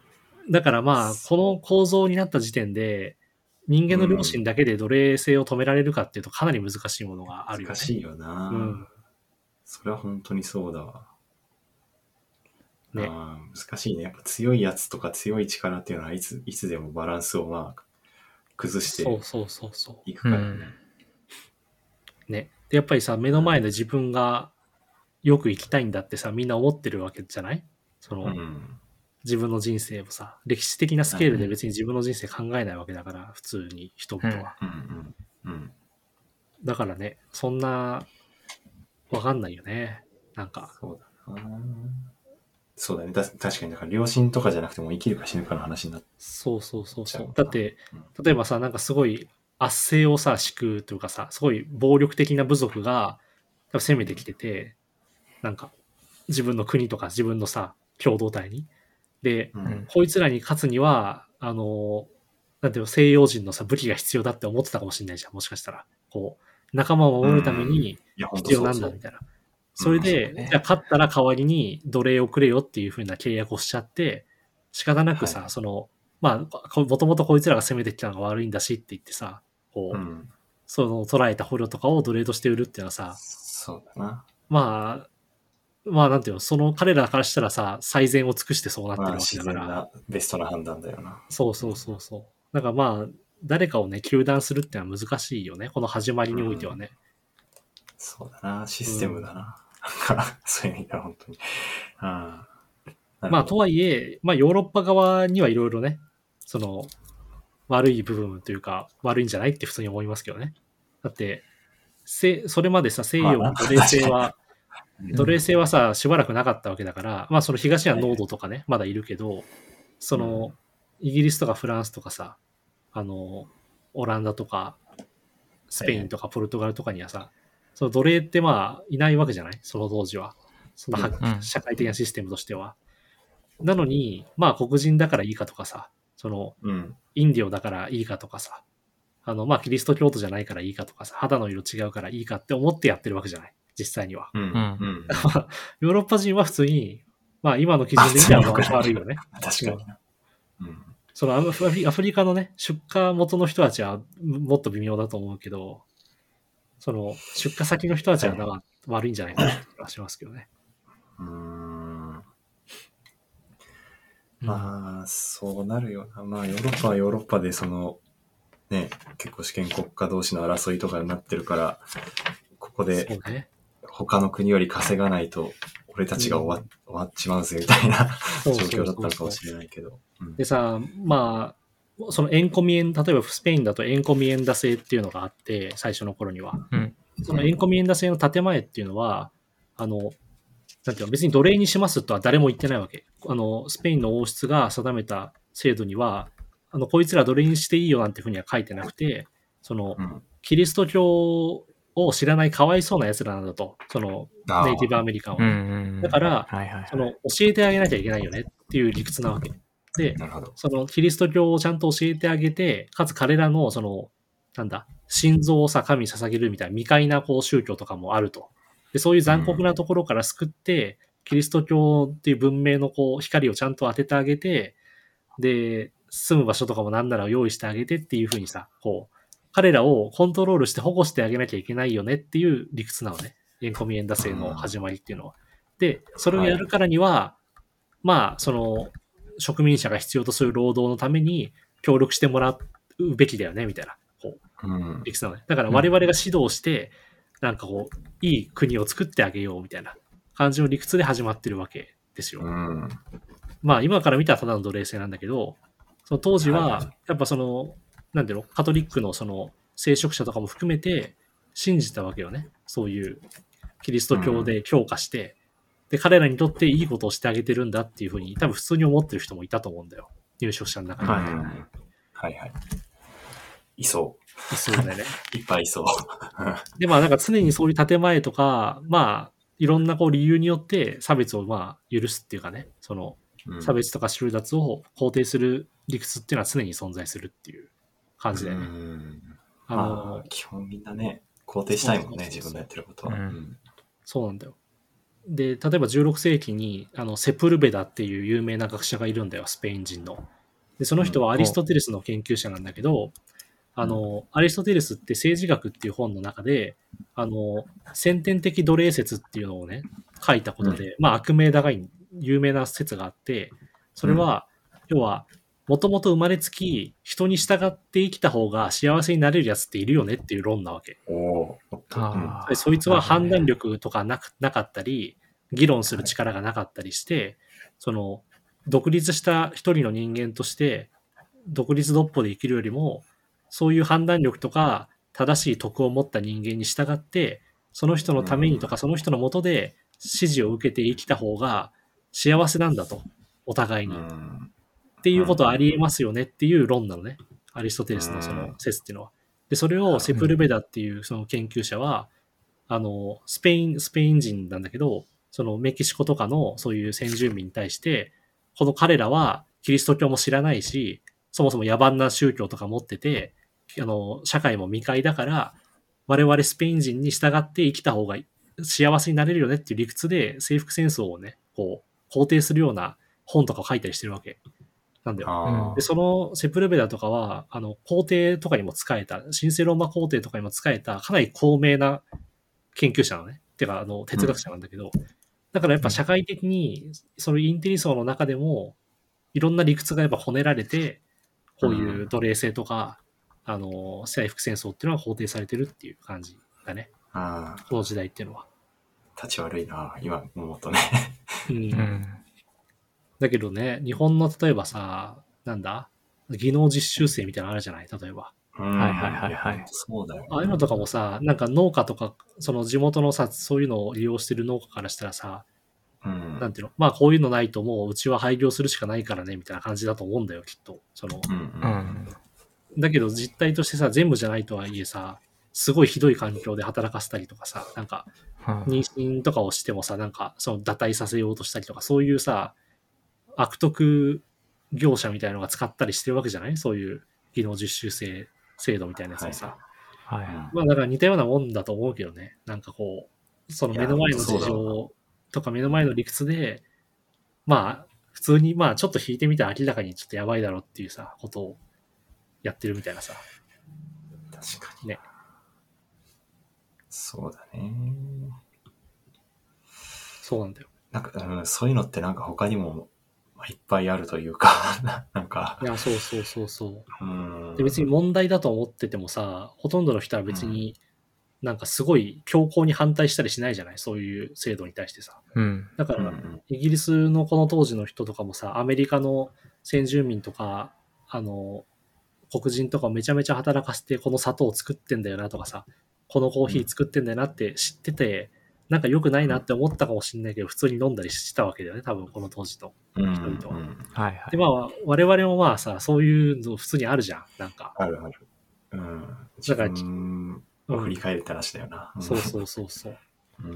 だからまあ、この構造になった時点で、人間の良心だけで奴隷制を止められるかっていうとかなり難しいものがあるよね。 難しいよな、うん、それは本当にそうだわ。ね。あ難しいね。やっぱ強いやつとか強い力っていうのはいつ、いつでもバランスをまあ、崩していくからね。 そうそうそうそう。うん、ね。で、やっぱりさ、目の前で自分がよく生きたいんだってさ、みんな思ってるわけじゃない？その、うん、自分の人生をさ、歴史的なスケールで別に自分の人生考えないわけだから、普通に人々は。うんうんうん、だからね、そんな、わかんないよね。なんか。 そうだな。そうだね。だ確かに、だから良心とかじゃなくても生きるか死ぬかの話になっちゃう。 そうそうそうそう。だって、例えばさ、なんかすごい圧政をさ、敷くというかさ、すごい暴力的な部族が攻めてきてて、なんか自分の国とか自分のさ、共同体に。で、うん、こいつらに勝つには、あの、なんていうの、西洋人のさ、武器が必要だって思ってたかもしれないじゃん、もしかしたら。こう、仲間を守るために必要なんだみたいな。それで、うん、ね、じゃあ勝ったら代わりに奴隷をくれよっていう風な契約をしちゃって、仕方なくさ、はい、その、まあ、もともとこいつらが攻めてきたのが悪いんだしって言ってさ、こう、うん、その捕らえた捕虜とかを奴隷として売るっていうのはさ、 そうだな。 まあ、まあなんていうの、その彼らからしたらさ、最善を尽くしてそうなってるわけだから。 まあ、自然な、ベストな判断だよな。 そうそうそうそう。だからまあ、誰かをね、糾弾するってのは難しいよね。この始まりにおいてはね。うん、 そうだな、システムだな。うん、そういう意味では本当に。あまあ、とはいえ、まあ、ヨーロッパ側にはいろいろね、その、悪い部分というか、悪いんじゃないって普通に思いますけどね。だって、せそれまでさ、西洋の奴隷制は、奴隷制はさ、しばらくなかったわけだから、まあ、その東にはノードとかね、まだいるけど、その、イギリスとかフランスとかさ、あの、オランダとか、スペインとかポルトガルとかにはさ、その奴隷ってまあ、いないわけじゃない？その当時は。その社会的なシステムとしては。なのに、まあ黒人だからいいかとかさ、その、うん、インディオだからいいかとかさ、あの、まあキリスト教徒じゃないからいいかとかさ、肌の色違うからいいかって思ってやってるわけじゃない、実際には。うんうん、ヨーロッパ人は普通に、まあ今の基準で見たら悪いよね。 確かに。 うん、そのアフリ、アフリカのね、出荷元の人たちはもっと微妙だと思うけど、その出荷先の人たちはなんか悪いんじゃないかなって気がしますけどね。 うーんまあ、そうなるよな。まあ、ヨーロッパはヨーロッパで、その、ね、結構主権国家同士の争いとかになってるから、ここで、他の国より稼がないと、俺たちが終わ、うん、終わっちまうぜ、みたいな状況だったのかもしれないけど。 うん、でさ、まあ、そのエンコミエン、例えばスペインだとエンコミエンダ制っていうのがあって、最初の頃には。うん、そのエンコミエンダ制の建前っていうのは、あの、なんていうの、別に奴隷にしますとは誰も言ってないわけ。あの、スペインの王室が定めた制度には、あの、こいつら奴隷にしていいよなんていうふうには書いてなくて、その、うん、キリスト教を知らないかわいそうな奴らなんだと、その、ネイティブアメリカンは、ね。だから、はいはいはい、その、教えてあげなきゃいけないよねっていう理屈なわけ。で、その、キリスト教をちゃんと教えてあげて、かつ彼らの、その、なんだ、心臓をさ、神に捧げるみたいな未開なこう宗教とかもあると。で、そういう残酷なところから救って、うん、キリスト教っていう文明のこう光をちゃんと当ててあげて、で、住む場所とかもなんなら用意してあげてっていう風にさ、こう、彼らをコントロールして保護してあげなきゃいけないよねっていう理屈なのね。エンコミエンダ制の始まりっていうのは。で、それをやるからには、はい、まあ、その、植民者が必要とする労働のために協力してもらうべきだよね、みたいな、こう、うん、理屈なのね。だから我々が指導して、なんかこう、いい国を作ってあげようみたいな感じの理屈で始まってるわけですよ。うん、まあ今から見たらただの奴隷制なんだけど、その当時は、やっぱその、なんていうの、カトリックのその聖職者とかも含めて信じたわけよね。そういうキリスト教で強化して、うん、で、彼らにとっていいことをしてあげてるんだっていうふうに多分普通に思ってる人もいたと思うんだよ。入植者の中に。はい、 はいはい。いそう。 いそうだよね。 いっぱいいそう。 で、まあなんか常にそういう建前とか、まあいろんなこう理由によって差別をまあ許すっていうかね、その差別とか収奪を肯定する理屈っていうのは常に存在するっていう感じだよね。 うんあの、まあ、基本みんなね、肯定したいもんね、自分のやってることは、うん。 そうなんだよ。で、例えばじゅうろく世紀にあのセプルベダっていう有名な学者がいるんだよ、スペイン人の。 で、その人はアリストテレスの研究者なんだけど、あの、アリストテレスって政治学っていう本の中で、あの、先天的奴隷説っていうのをね、書いたことで、うん、まあ悪名高い有名な説があって、それは、うん、要は、もともと生まれつき人に従って生きた方が幸せになれるやつっているよねっていう論なわけ。 おうん、そいつは判断力とかなく、なかったり、議論する力がなかったりして、その、独立した一人の人間として、独立独歩で生きるよりも、そういう判断力とか、正しい徳を持った人間に従って、その人のためにとか、その人の下で指示を受けて生きた方が幸せなんだと、お互いに。っていうことはありえますよねっていう論なのね。アリストテレスのその説っていうのは。で、それをセプルベダっていうその研究者は、あの、スペイン、スペイン人なんだけど、そのメキシコとかのそういう先住民に対して、この彼らはキリスト教も知らないし、そもそも野蛮な宗教とか持ってて、あの、社会も未開だから、我々スペイン人に従って生きた方が幸せになれるよねっていう理屈で征服戦争をね、こう、肯定するような本とかを書いたりしてるわけ。なんだよ。で、そのセプルベダとかは、あの、皇帝とかにも仕えた、神聖ローマ皇帝とかにも仕えた、かなり高名な研究者なのね。てか、あの、哲学者なんだけど、うん、だからやっぱ社会的に、そのインテリ層の中でも、いろんな理屈がやっぱ褒められて、こういう奴隷制とか、うん、あの、征服戦争っていうのは肯定されてるっていう感じだね。 あこの時代っていうのは。 立ち悪いな、今思うとね。 うん。だけどね、日本の例えばさ、なんだ技能実習生みたいなのあるじゃない例えば。 はいはいはいはい。 そうだよ、ね。 ああいうのとかもさ、なんか農家とか、その地元のさ、そういうのを利用してる農家からしたらさ、 うん、 なんていうのまあこういうのないともううちは廃業するしかないからね、みたいな感じだと思うんだよ、きっと。その、 うんうんうん、だけど実態としてさ、全部じゃないとはいえさ、すごいひどい環境で働かせたりとかさ、なんか、妊娠とかをしてもさ、なんか、その堕胎させようとしたりとか、そういうさ、悪徳業者みたいなのが使ったりしてるわけじゃないそういう技能実習生制度みたいなやつをさ。 はい。はい、 まあだから似たようなもんだと思うけどね。なんかこう、その目の前の事情とか目の前の理屈で、まあ、普通にまあちょっと引いてみたら明らかにちょっとやばいだろっていうさ、ことをやってるみたいなさ。 確かに。 ね。 そうだね。 そうなんだよ。 なんか、うん、そういうのってなんか他にもいっぱいあるというか、なんか。 いや、そうそうそうそう。 うんで別に問題だと思っててもさ、ほとんどの人は別になんかすごい強硬に反対したりしないじゃないそういう制度に対してさ。 うん、 だから、イギリスのこの当時の人とかもさ、アメリカの先住民とか、あの、黒人とかめちゃめちゃ働かせてこの砂糖を作ってんだよなとかさ、このコーヒー作ってんだよなって知ってて、なんか良くないなって思ったかもしれないけど、普通に飲んだりしたわけだよね、多分この当時の人々は。 はいはい。 で、まあ、我々もまあさ、そういうの普通にあるじゃん、なんか。 あるある。うん。自分を振り返るって話だよな。 うん、そうそうそうそう。 うん、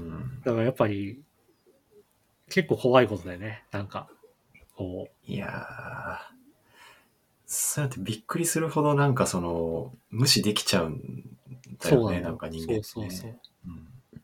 だからやっぱり、結構怖いことだよね、なんか。こう。いやー。そうやってびっくりするほどなんかその、無視できちゃうんだよね、なんか人間って、ね。 そうそうそう。うん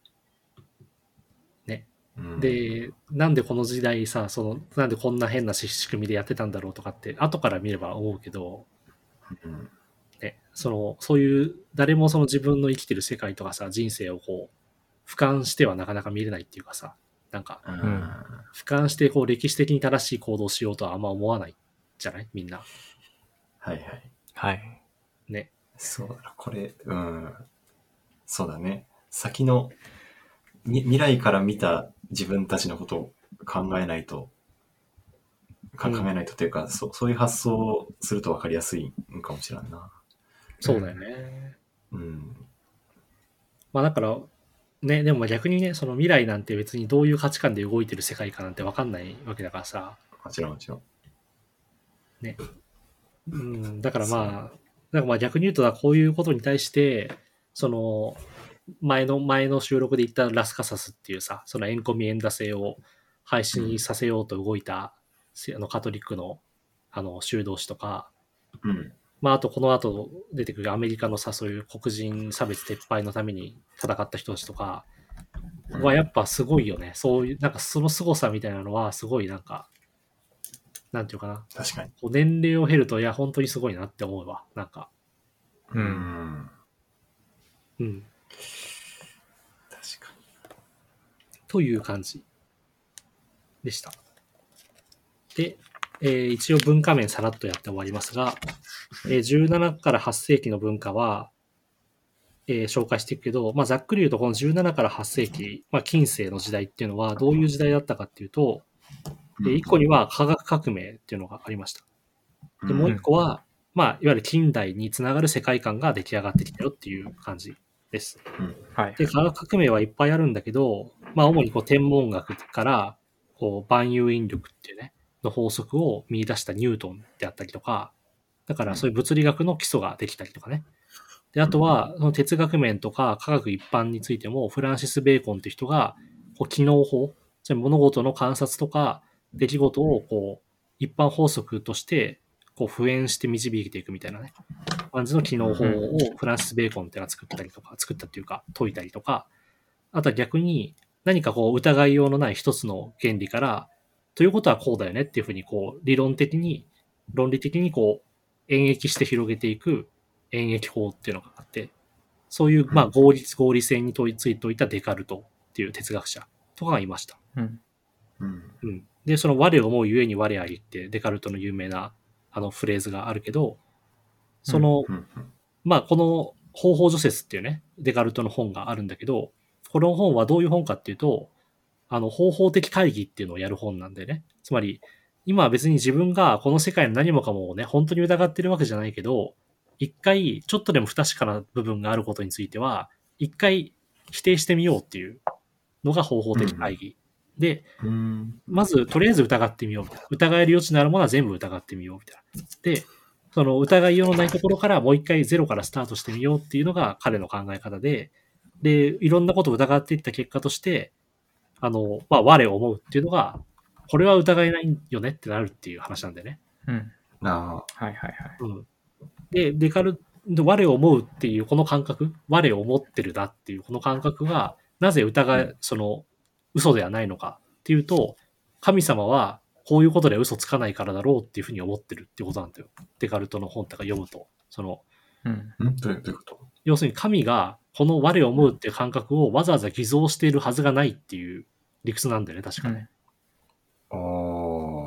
ね、 うん。 で、なんでこの時代さ、その、なんでこんな変な仕組みでやってたんだろうとかって、後から見れば思うけど、 うん、 ね、その、そういう、誰もその自分の生きてる世界とかさ、人生をこう、俯瞰してはなかなか見れないっていうかさ、なんか、 うん、 俯瞰してこう歴史的に正しい行動をしようとはあんま思わないじゃないみんな。 はいはい。 はい。 ね。 そうだな、これ、うん。そうだね。先の、未来から見た自分たちのことを考えないと、考えないとというか、うん、そ, そういう発想をすると分かりやすいかもしれんな。 そうだよね。 うん。 まあだから、ね、でも逆にね、その未来なんて別にどういう価値観で動いてる世界かなんて分かんないわけだからさ。 もちろんもちろん。 ね。うん、だからまあ、だからまあ逆に言うとこういうことに対して、その、前の、前の収録で言ったラスカサスっていうさ、そのエンコミエンダ制を廃止させようと動いた、うん、あのカトリックのあの修道士とか、 うん、 まああとこの後出てくるアメリカのさ、そういう黒人差別撤廃のために戦った人たちとかはやっぱすごいよね。そういう、なんかその凄さみたいなのはすごいなんか、 なんていうかな。 確かに。 こう年齢を経ると、いや、本当にすごいなって思うわ。なんか。 うん。 うん。 確かに。 という感じでした。で、えー、一応文化面さらっとやって終わりますが、えー、じゅうななからはっ世紀の文化は、えー、紹介していくけど、まあ、ざっくり言うとこのじゅうななからはっ世紀、まあ、近世の時代っていうのはどういう時代だったかっていうと、で一個には科学革命っていうのがありました。で、もう一個は、まあ、いわゆる近代につながる世界観が出来上がってきたよっていう感じです。 はい。 で、科学革命はいっぱいあるんだけど、まあ、主にこう天文学から、こう万有引力っていうね、の法則を見出したニュートンであったりとか、だからそういう物理学の基礎ができたりとかね。で、あとは、その哲学面とか科学一般についても、フランシス・ベーコンっていう人が、こう機能法、つまり物事の観察とか、出来事をこう、一般法則として、こう、普遍して導いていくみたいなね、感じの機能法をフランシス・ベーコンっていうのが作ったりとか、作ったっていうか、解いたりとか、あとは逆に、何かこう、疑いようのない一つの原理から、ということはこうだよねっていうふうに、こう、理論的に、論理的にこう、演繹して広げていく演繹法っていうのがあって、そういう、まあ、合理、合理性に問いついておいたデカルトっていう哲学者とかがいました。 うん。 うん。で、その我を思うゆえに我ありってデカルトの有名なあのフレーズがあるけど、その、まあ、この方法除説っていうね、デカルトの本があるんだけど、この本はどういう本かっていうと、あの、方法的会議っていうのをやる本なんでね。つまり、今は別に自分がこの世界の何もかもをね、本当に疑ってるわけじゃないけど、一回、ちょっとでも不確かな部分があることについては、一回否定してみようっていうのが方法的会議。うん、で、まず、とりあえず疑ってみようみたいな。疑える余地のあるものは全部疑ってみようみたいな。で、その疑いようのないところからもう一回ゼロからスタートしてみようっていうのが彼の考え方で、で、いろんなことを疑っていった結果として、あの、まあ、我を思うっていうのが、これは疑えないよねってなるっていう話なんだよね。 うん。ああ。はいはいはい。 うん。で、デカルト、我を思うっていうこの感覚、我を思ってるだっていうこの感覚が、なぜ疑い、その、嘘ではないのかっていうと、神様はこういうことで嘘つかないからだろうっていうふうに思ってるっていうことなんだよ。デカルトの本とか読むと。その、 うん。 どういうこと？ 要するに神がこの我を思うっていう感覚をわざわざ偽造しているはずがないっていう理屈なんだよね、確かね。 うん、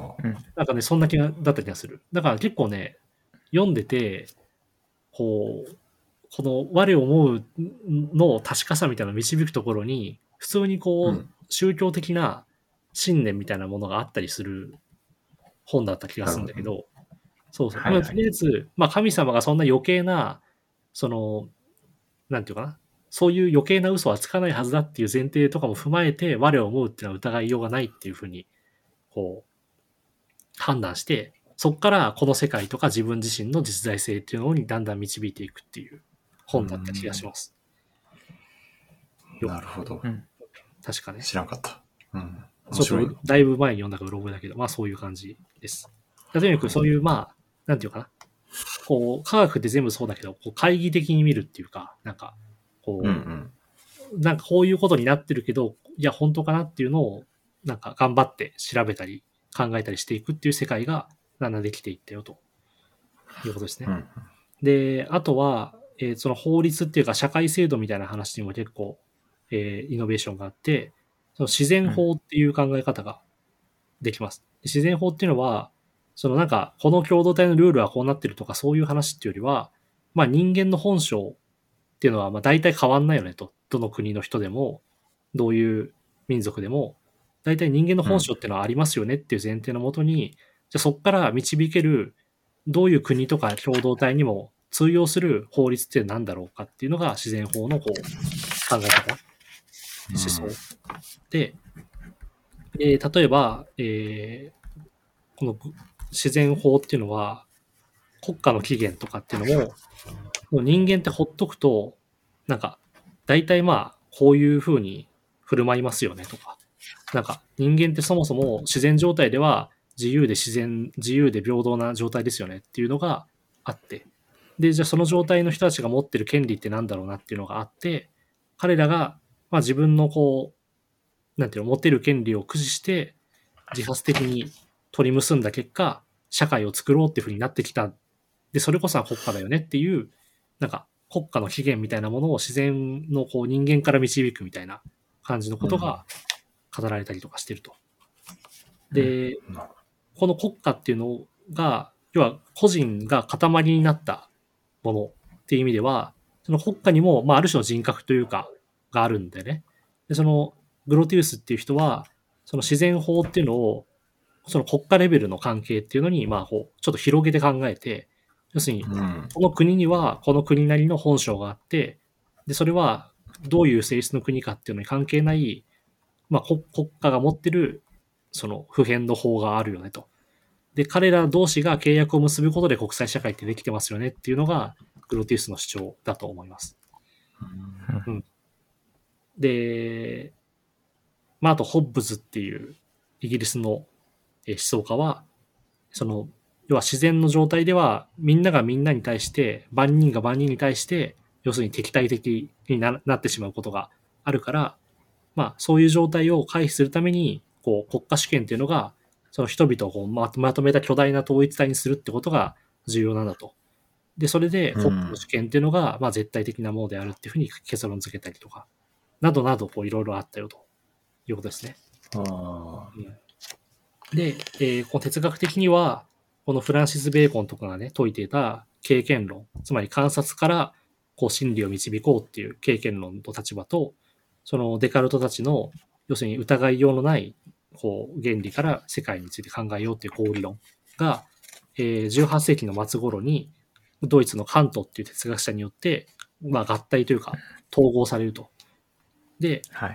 ああ。 なんかね、そんな気がだった気がする。だから結構ね、読んでて、こう、この我を思うの確かさみたいなのを導くところに、普通にこう、うん、宗教的な信念みたいなものがあったりする本だった気がするんだけど、そうそう。はいはい、とりあえず、まあ神様がそんな余計な、その、なんていうかな、そういう余計な嘘はつかないはずだっていう前提とかも踏まえて、我を思うっていうのは疑いようがないっていうふうに、こう、判断して、そこからこの世界とか自分自身の実在性っていうのにだんだん導いていくっていう本だった気がします。 なるほど。 確かね。 知らんかった。うん。 ちょっとだいぶ前に読んだからログだけど、まあそういう感じです。とにかくそういう、まあ、なんていうかな。こう、科学って全部そうだけど、こう懐疑的に見るっていうか、なんか、こう、うんうん、なんかこういうことになってるけど、いや、本当かなっていうのを、なんか頑張って調べたり、考えたりしていくっていう世界が、だんだんできていったよということですね。うん、で、あとは、えー、その法律っていうか社会制度みたいな話にも結構、えー、イノベーションがあって、その自然法っていう考え方ができます。うん、自然法っていうのは、そのなんか、この共同体のルールはこうなってるとかそういう話っていうよりは、まあ人間の本性っていうのはまあ大体変わんないよねと。どの国の人でも、どういう民族でも、大体人間の本性っていうのはありますよねっていう前提のもとに、じゃあそこから導ける、どういう国とか共同体にも通用する法律って何だろうかっていうのが自然法のこう考え方、思想。で、えー、例えば、えー、この自然法っていうのは国家の起源とかっていうのも、もう人間ってほっとくと、なんか、大体まあ、こういう風に振る舞いますよねとか、なんか人間ってそもそも自然状態では自由で自然、自由で平等な状態ですよねっていうのがあって、で、じゃあその状態の人たちが持ってる権利ってなんだろうなっていうのがあって、彼らが、まあ自分のこう、なんていうの、持ってる権利を駆使して、自発的に取り結んだ結果、社会を作ろうっていう風になってきた。で、それこそは国家だよねっていう、なんか国家の起源みたいなものを自然のこう人間から導くみたいな感じのことが語られたりとかしてると。で、この国家っていうのが、要は個人が塊になったものっていう意味では、その国家にも、まあ、ある種の人格というか、があるんでね。で、そのグロティウスっていう人は、その自然法っていうのを、その国家レベルの関係っていうのに、まあ、こう、ちょっと広げて考えて、要するに、この国にはこの国なりの本性があって、で、それはどういう性質の国かっていうのに関係ない、まあ、国家が持ってる、その普遍の法があるよねと。で、彼ら同士が契約を結ぶことで国際社会ってできてますよねっていうのが、グロティウスの主張だと思います。うん、で、まあ、あと、ホッブズっていうイギリスの思想家は、その、要は自然の状態では、みんながみんなに対して、万人が万人に対して、要するに敵対的に な, なってしまうことがあるから、まあ、そういう状態を回避するために、こう、国家主権っていうのが、その人々をこう ま, まとめた巨大な統一体にするってことが重要なんだと。で、それで国家の主権っていうのが、まあ、絶対的なものであるっていうふうに結論付けたりとか、などなど、こう、いろいろあったよということですね。 あうん、で、えー、この哲学的には、このフランシス・ベーコンとかがね、説いていた経験論、つまり観察からこう真理を導こうっていう経験論の立場と、そのデカルトたちの、要するに疑いようのないこう原理から世界について考えようっていう合理論が、えー、じゅうはっせいきの末頃にドイツのカントっていう哲学者によって、まあ、合体というか統合されると。で、 はい、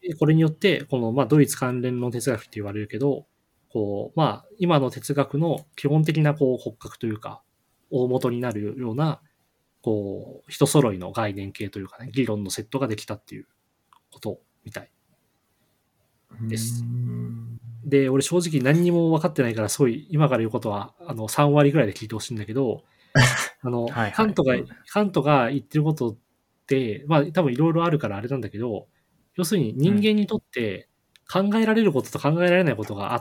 これによって、このまあドイツ関連の哲学って言われるけど、こうまあ、今の哲学の基本的なこう骨格というか、大元になるような、こう、人揃いの概念系というかね、議論のセットができたっていうことみたいです。で、俺正直何にも分かってないから、すごい今から言うことはあのさんわりぐらいで聞いてほしいんだけど、あの、はいはい、カントが、カントが言ってることって、まあ多分いろいろあるからあれなんだけど、要するに人間にとって考えられることと考えられないことがあって、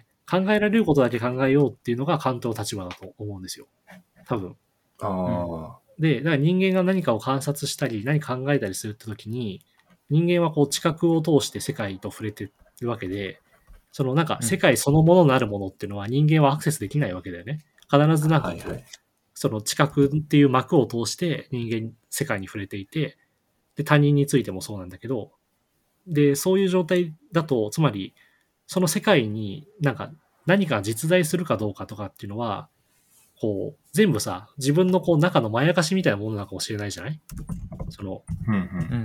考えられることだけ考えようっていうのがカントの立場だと思うんですよ。多分。 あで、だから人間が何かを観察したり、何か考えたりするって時に、人間はこう知覚を通して世界と触れてるわけで、そのなんか世界そのものなるものっていうのは人間はアクセスできないわけだよね。必ずなんかこう、はいはい、その知覚っていう幕を通して人間、世界に触れていて、で、他人についてもそうなんだけど、で、そういう状態だと、つまり、その世界になんか何か実在するかどうかとかっていうのは、こう、全部さ、自分のこう中のまやかしみたいなものなのかもしれないじゃない？その、 うんうん、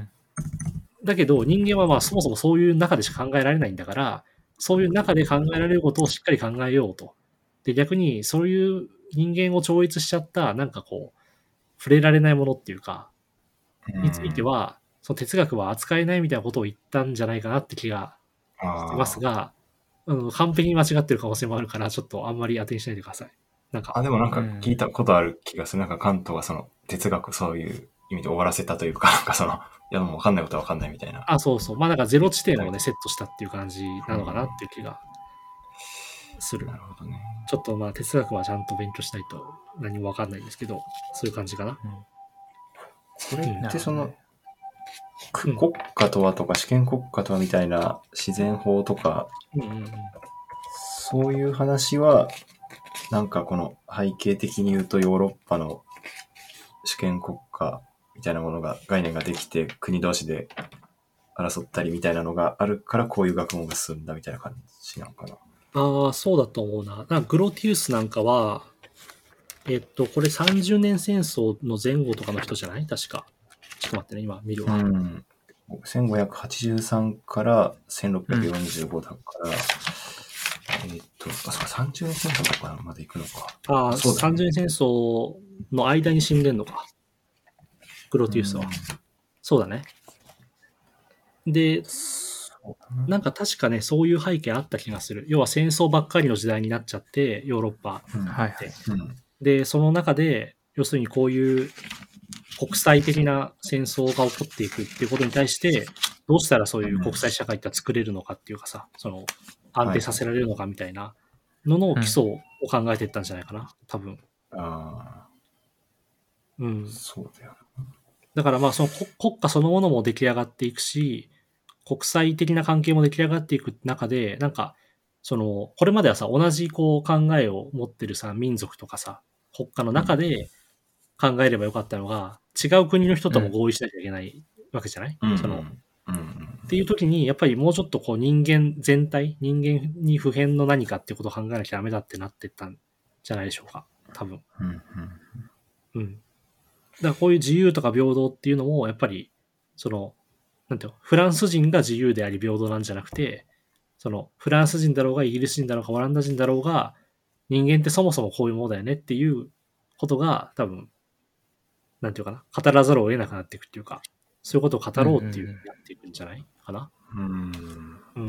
だけど人間はまあそもそもそういう中でしか考えられないんだから、そういう中で考えられることをしっかり考えようと。で、逆にそういう人間を超越しちゃった、なんかこう、触れられないものっていうか、については、その哲学は扱えないみたいなことを言ったんじゃないかなって気がしてますが、あの完璧に間違ってる可能性もあるから、ちょっとあんまり当てにしないでください。なんか。 あ、でもなんか聞いたことある気がする。なんかカントがその哲学そういう意味で終わらせたというか、なんかその、いやもう分かんないことは分かんないみたいな。 あ、そうそう。まあなんかゼロ地点をね、セットしたっていう感じなのかなっていう気がする。 なるほどね。 ちょっとまあ哲学はちゃんと勉強しないと何も分かんないんですけど、そういう感じかな。うん、 それってその、うん、国家とはとか主権国家とはみたいな自然法とか、 うんうんうん、 そういう話は、なんかこの背景的に言うとヨーロッパの主権国家みたいなものが、概念ができて国同士で争ったりみたいなのがあるからこういう学問が進んだみたいな感じなのかな。 ああ、そうだと思うな。なんかグロティウスなんかは、えっと、これさんじゅうねん戦争の前後とかの人じゃない？確か。ちょっと待ってね、今見るわ。 うん。せんごひゃくはちじゅうさんからせんろっぴゃくよんじゅうごだから、うん、えー、っと、あ、そうか、さんじゅうねん戦争とかまで行くのか。 ああ、そうだね、さんじゅうねん戦争の間に死んでんのか。グロティウスは。うん、そうだね。で、なんか確かね、そういう背景あった気がする。要は戦争ばっかりの時代になっちゃって、ヨーロッパって。うんはいうん、で、その中で、要するにこういう国際的な戦争が起こっていくっていうことに対して、どうしたらそういう国際社会って作れるのかっていうかさ、その安定させられるのかみたいなのの基礎を考えていったんじゃないかな、多分。 ああ。 うん。 そうだよ。 だからまあその国家そのものも出来上がっていくし、国際的な関係も出来上がっていく中で、なんか、その、これまではさ、同じこう考えを持ってるさ、民族とかさ、国家の中で考えればよかったのが、違う国の人とも合意しなきゃいけないわけじゃない、 うん、 その、 うん、 っていう時に、やっぱりもうちょっとこう人間全体、人間に普遍の何かっていうことを考えなきゃダメだってなってったんじゃないでしょうか、多分。 うん、 うん。だからこういう自由とか平等っていうのも、やっぱり、その、なんていうの、フランス人が自由であり平等なんじゃなくて、その、フランス人だろうが、イギリス人だろうが、オランダ人だろうが、人間ってそもそもこういうものだよねっていうことが、多分、なんていうかな、語らざるを得なくなっていくっていうか、そういうことを語ろうっていうふうになっていくんじゃないかな。 うん。 うん。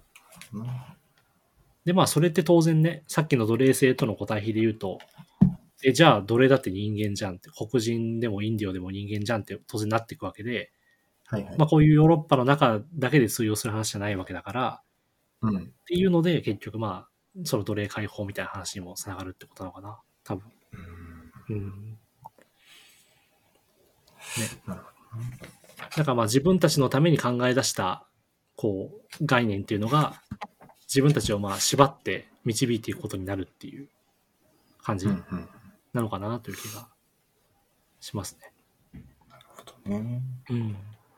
で、まあ、それって当然ね、さっきの奴隷制との個体比で言うと、え、じゃあ、奴隷だって人間じゃんって、黒人でもインディオでも人間じゃんって当然なっていくわけで、 はいはい。 まあ、こういうヨーロッパの中だけで通用する話じゃないわけだから、 うん、 っていうので、結局まあ、その奴隷解放みたいな話にもつながるってことなのかな、多分。うん。うん、ね。 なるほど。 だからまあ自分たちのために考え出した、こう、概念っていうのが、自分たちをまあ縛って導いていくことになるっていう感じなのかなという気がしますね。 なるほどね。 うん。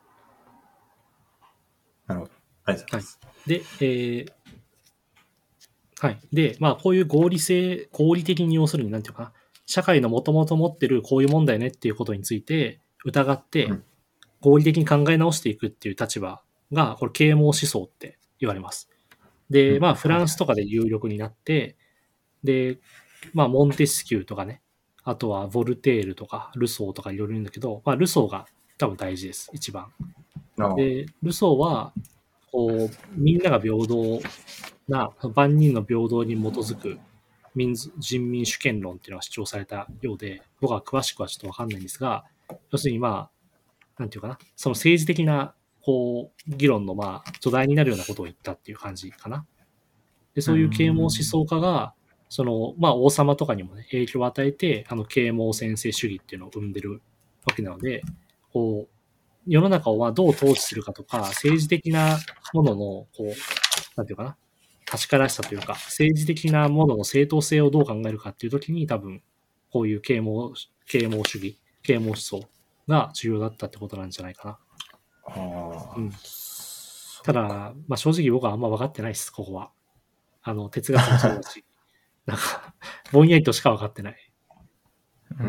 なるほど。ありがとうございます。 はい、で、えー、はい。で、まあ、こういう合理性、合理的に要するに、なんていうかな、社会のもともと持ってるこういう問題ねっていうことについて疑って、合理的に考え直していくっていう立場が、これ、啓蒙思想って言われます。で、まあ、フランスとかで有力になって、で、まあ、モンテスキューとかね、あとはボルテールとか、ルソーとかいろいろいるんだけど、まあ、ルソーが多分大事です、一番。で、ルソーは、こう、みんなが平等な、万人の平等に基づく民人民主権論っていうのが主張されたようで、僕は詳しくはちょっとわかんないんですが、要するにまあ、なんていうかな、その政治的な、こう、議論のまあ、土台になるようなことを言ったっていう感じかな。で、そういう啓蒙思想家が、その、まあ、王様とかにもね、影響を与えて、あの、啓蒙専制主義っていうのを生んでるわけなので、こう、世の中をどう統治するかとか、政治的なものの、こう、なんていうかな、確からしさというか、政治的なものの正当性をどう考えるかっていうときに、多分、こういう啓蒙、啓蒙主義、啓蒙思想が重要だったってことなんじゃないかな。 あうん、ただ、まあ、正直僕はあんま分かってないです、ここは。あの、哲学もそうだし、なんか、ぼんやりとしか分かってない。 うん。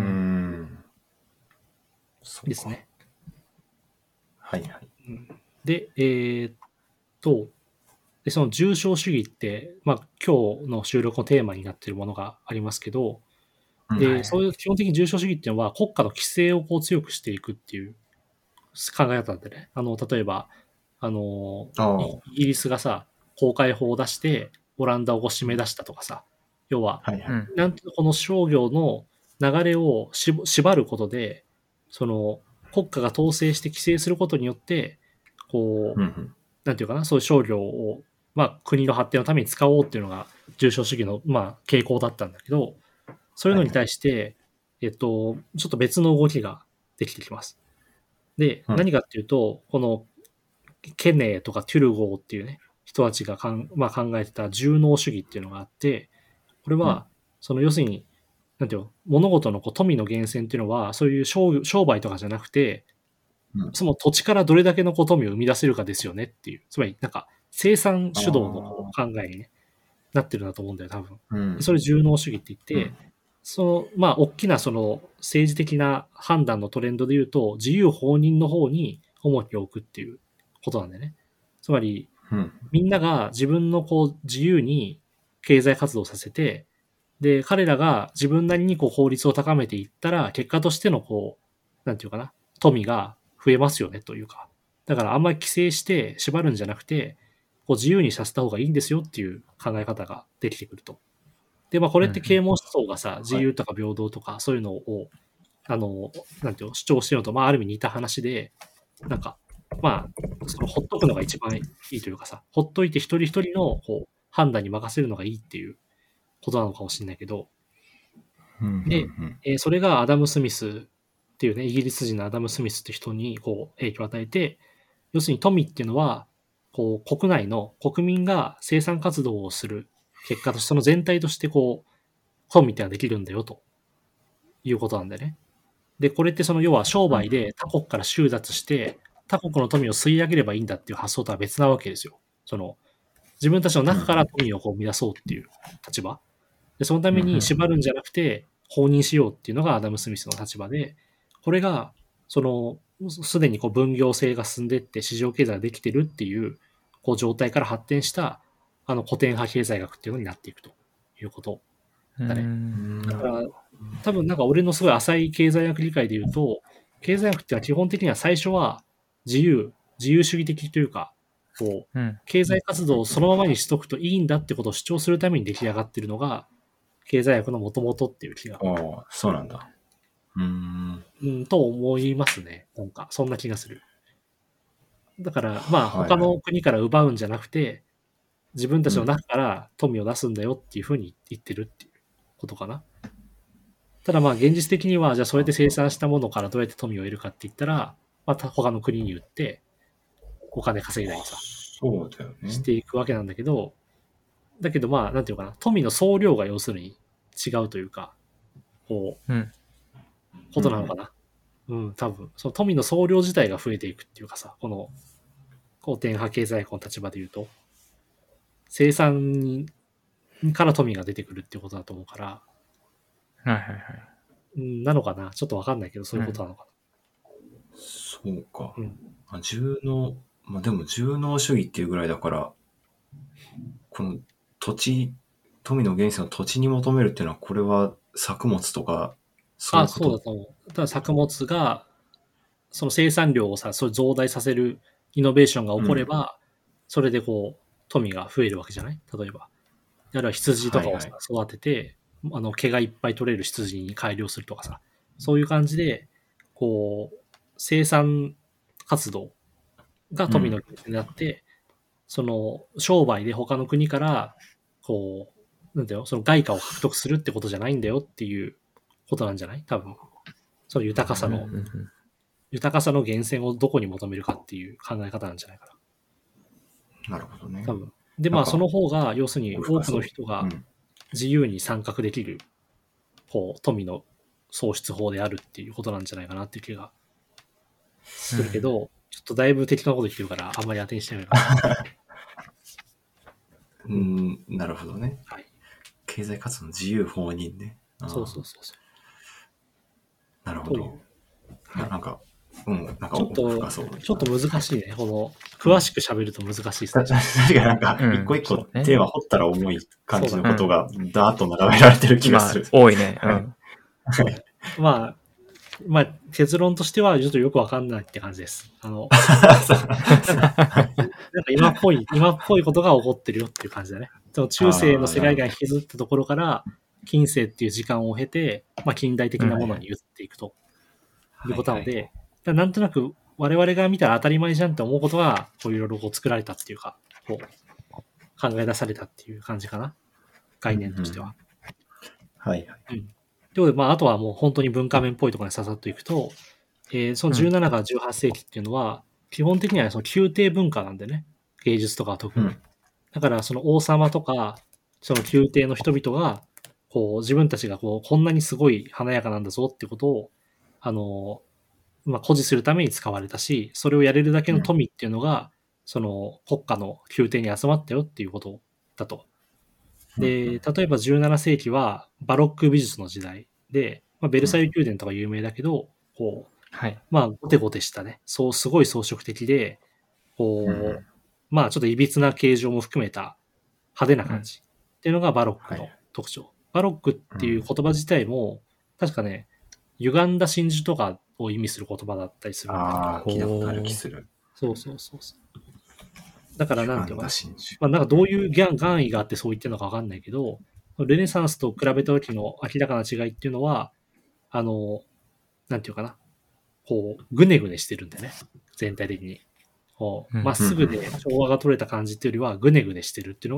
ですね。 はいはい。 で、えー、っと、で、その重症主義って、まあ、今日の収録のテーマになっているものがありますけど、で、はい、そういう基本的に重症主義っていうのは国家の規制をこう強くしていくっていう考え方なんでね。あの、例えば、あの、イギリスがさ、公開法を出して、オランダを締め出したとかさ、要は、はいはい、なんとこの商業の流れをし縛ることで、その、国家が統制して規制することによって、こう、うんうん、なんていうかな、そういう商業を、まあ、国の発展のために使おうっていうのが、重症主義の、まあ、傾向だったんだけど、そういうのに対して、はいはい、えっと、ちょっと別の動きができてきます。で、うん、何かっていうと、この、ケネーとかトゥルゴーっていうね、人たちがかん、まあ、考えてた重農主義っていうのがあって、これは、その要するに、なんていうの、物事のこう富の源泉っていうのは、そういう 商, 商売とかじゃなくて、うん、その土地からどれだけのこう富を生み出せるかですよねっていう、つまりなんか生産主導の考えに、ね、なってるんだと思うんだよ、多分。うん、それ重農主義って言って、うん、その、まあ、大きなその政治的な判断のトレンドで言うと、自由放任の方に重きを置くっていうことなんだよね。つまり、うん、みんなが自分のこう自由に経済活動させて、で、彼らが自分なりにこう法律を高めていったら、結果としてのこう、なんていうかな、富が増えますよねというか。だからあんまり規制して縛るんじゃなくて、こう自由にさせた方がいいんですよっていう考え方ができてくると。で、まあこれって啓蒙思想がさ、自由とか平等とかそういうのを、あの、なんていうの、主張してるのと、まあある意味似た話で、なんか、まあ、そのほっとくのが一番いいというかさ、ほっといて一人一人のこう判断に任せるのがいいっていうことなのかもしれないけど、で、えー、それがアダム・スミスっていうね、イギリス人のアダム・スミスって人にこう影響を与えて、要するに富っていうのは、こう国内の国民が生産活動をする結果として、その全体としてこう、富ってのはできるんだよということなんだよね。で、これってその要は商売で他国から収奪して、他国の富を吸い上げればいいんだっていう発想とは別なわけですよ。その、自分たちの中から富をこう生み出そうっていう立場。で、そのために縛るんじゃなくて、放任しようっていうのがアダム・スミスの立場で、これが、その、すでにこう分業制が進んでいって市場経済ができてるっていう、こう状態から発展した、あの古典派経済学っていうのになっていくということだね。だから、多分なんか俺のすごい浅い経済学理解で言うと、経済学っていうのは基本的には最初は自由、自由主義的というか、こう、経済活動をそのままにしとくといいんだってことを主張するために出来上がってるのが、経済学の元々っていう気が。 ああ、そうなんだ。うーん。 うん、と思いますね。なんか、そんな気がする。だから、まあ、他の国から奪うんじゃなくて、はいはい、自分たちの中から富を出すんだよっていうふうに言ってるっていうことかな。ただまあ、現実的には、じゃあそれで生産したものからどうやって富を得るかって言ったら、また他の国に売って、お金稼いだりさ、 そうだよね。 していくわけなんだけど、だけどまあ、なんていうかな、富の総量が要するに違うというか、こう、うん、ことなのかな。うん、うん、多分。その富の総量自体が増えていくっていうかさ、この、古典派経済学の立場で言うと、生産にから富が出てくるっていうことだと思うから、 はいはいはい。 うん、なのかなちょっとわかんないけど、そういうことなのかな。 うん、そうか。 うん、 重農、まあでも重農主義っていうぐらいだから、この土地、富の源泉を土地に求めるっていうのは、これは作物とか、 そういうこと。あ、そうだと思う。ただ作物が、その生産量をさ、それ増大させるイノベーションが起これば、うん、それでこう、富が増えるわけじゃない？例えば。あるいは羊とかをさ、はいはい、育てて、あの、毛がいっぱい取れる羊に改良するとかさ、そういう感じで、こう、生産活動が富の源泉になって、うん、その、商売で他の国から、こう、なんだよ、その外貨を獲得するってことじゃないんだよっていうことなんじゃない？多分。その豊かさの、うんうんうん、豊かさの源泉をどこに求めるかっていう考え方なんじゃないかな。なるほどね。 多分。で、まあ、その方が、要するに多くの人が自由に参画できる、こう、富の創出法であるっていうことなんじゃないかなっていう気がするけど、うん、ちょっとだいぶ適当なこと言ってるから、あんまり当てにしてないから。 うん、なるほどね。 はい。 経済活動の自由放任ね。 そうそうそうそう。 なるほど。はい、なんか、うん、なんかちょっと、ちょっと難しいね。この、詳しく喋ると難しいですね。 確かになんか、一個一個テーマ掘ったら重い感じのことが、だーっと並べられてる気がする。 まあ、多いね。うん。 まあ、まあ、結論としては、ちょっとよくわかんないって感じです。あの、なんか今っぽい、今っぽいことが起こってるよっていう感じだね。その中世の世界が引きずったところから、近世っていう時間を経て、まあ、近代的なものに移っていくということなので、はいはい、なんとなく我々が見たら当たり前じゃんって思うことが、こういろいろこう作られたっていうか、こう考え出されたっていう感じかな。概念としては。 うん、はいはい。 うん。ということで、まあ、あとはもう本当に文化面っぽいところに刺さっていくと、えー、そのじゅうななからじゅうはっ世紀っていうのは、うん、基本的にはその宮廷文化なんでね。芸術とかは特に。うん、だからその王様とか、その宮廷の人々が、こう自分たちがこうこんなにすごい華やかなんだぞってことを、あの、まあ、誇示するために使われたし、それをやれるだけの富っていうのが、うん、その国家の宮廷に集まったよっていうことだと。で、例えばじゅうなな世紀はバロック美術の時代で、まあ、ベルサイユ宮殿とか有名だけど、こう、 はい、 まあ、ゴテゴテしたね、そうすごい装飾的で、こう、うん、まあ、ちょっと歪な形状も含めた派手な感じっていうのがバロックの特徴。はい、バロックっていう言葉自体も、確かね、歪んだ真珠とかを意味する言葉だったりするんだけど。 ああ、聞いたことある気する。 そうそうそうそう。だからなんていうか、まあなんかどういう願意があってそう言ってるのかわかんないけど、レネサンスと比べた時の明らかな違いっていうのは、あの、なんていうかな、こう、ぐねぐねしてるんだよね。全体的に。こう、まっすぐで調和が取れた感じっていうよりは、ぐねぐねしてるっていうのが、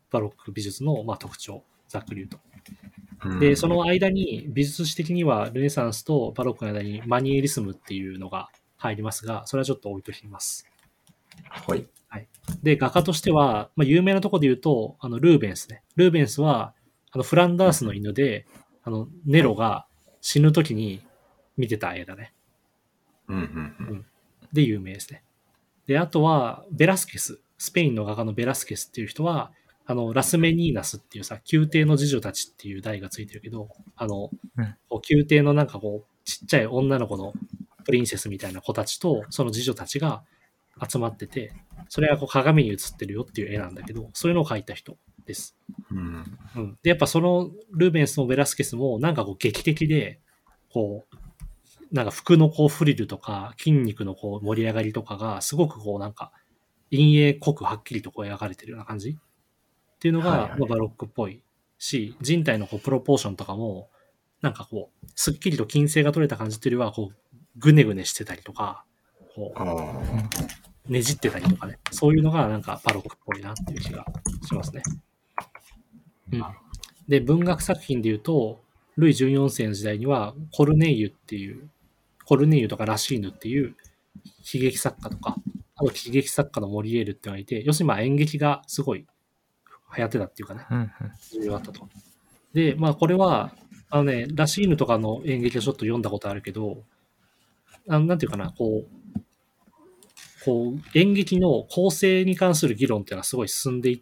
バロック美術のまあ特徴、ざっくり言うと。で、その間に美術史的にはルネサンスとバロックの間にマニエリスムっていうのが入りますが、それはちょっと置いときます。 はい。 はい。で、画家としては、まあ、有名なところで言うと、あの、ルーベンスね。ルーベンスは、あの、フランダースの犬で、あの、ネロが死ぬ時に見てた絵だね。 うんうんうん。 で、有名ですね。で、あとは、ベラスケス。スペインの画家のベラスケスっていう人は、あの、ラスメニーナスっていうさ、宮廷の侍女たちっていう題がついてるけど、あの、 うんこう宮廷のなんかこう、ちっちゃい女の子のプリンセスみたいな子たちと、その侍女たちが集まってて、それがこう鏡に映ってるよっていう絵なんだけど、そういうのを描いた人です。 うんうん。で、やっぱそのルーベンスもベラスケスもなんかこう劇的で、こう、なんか服のこうフリルとか筋肉のこう盛り上がりとかがすごくこうなんか陰影濃くはっきりとこう描かれてるような感じっていうのが、 はいはいまあバロックっぽいし、人体のこうプロポーションとかもなんかこうすっきりと均整が取れた感じっていうよりはこうぐねぐねしてたりとか、こあうねじってたりとかね、そういうのがなんかバロックっぽいなっていう気がしますね。うん。で、文学作品で言うと、ルイじゅうよん世の時代にはコルネイユっていうコルネイユとかラシーヌっていう喜劇作家とか、あと喜劇作家のモリエールってのがいて、要するにまあ演劇がすごい流行ってたっていうかね、 うんうん重要だったと。で、まあこれは、あのね、ラシーヌとかの演劇をちょっと読んだことあるけど、あのなんていうかな、こう、こう演劇の構成に関する議論っていうのはすごい進んでいって、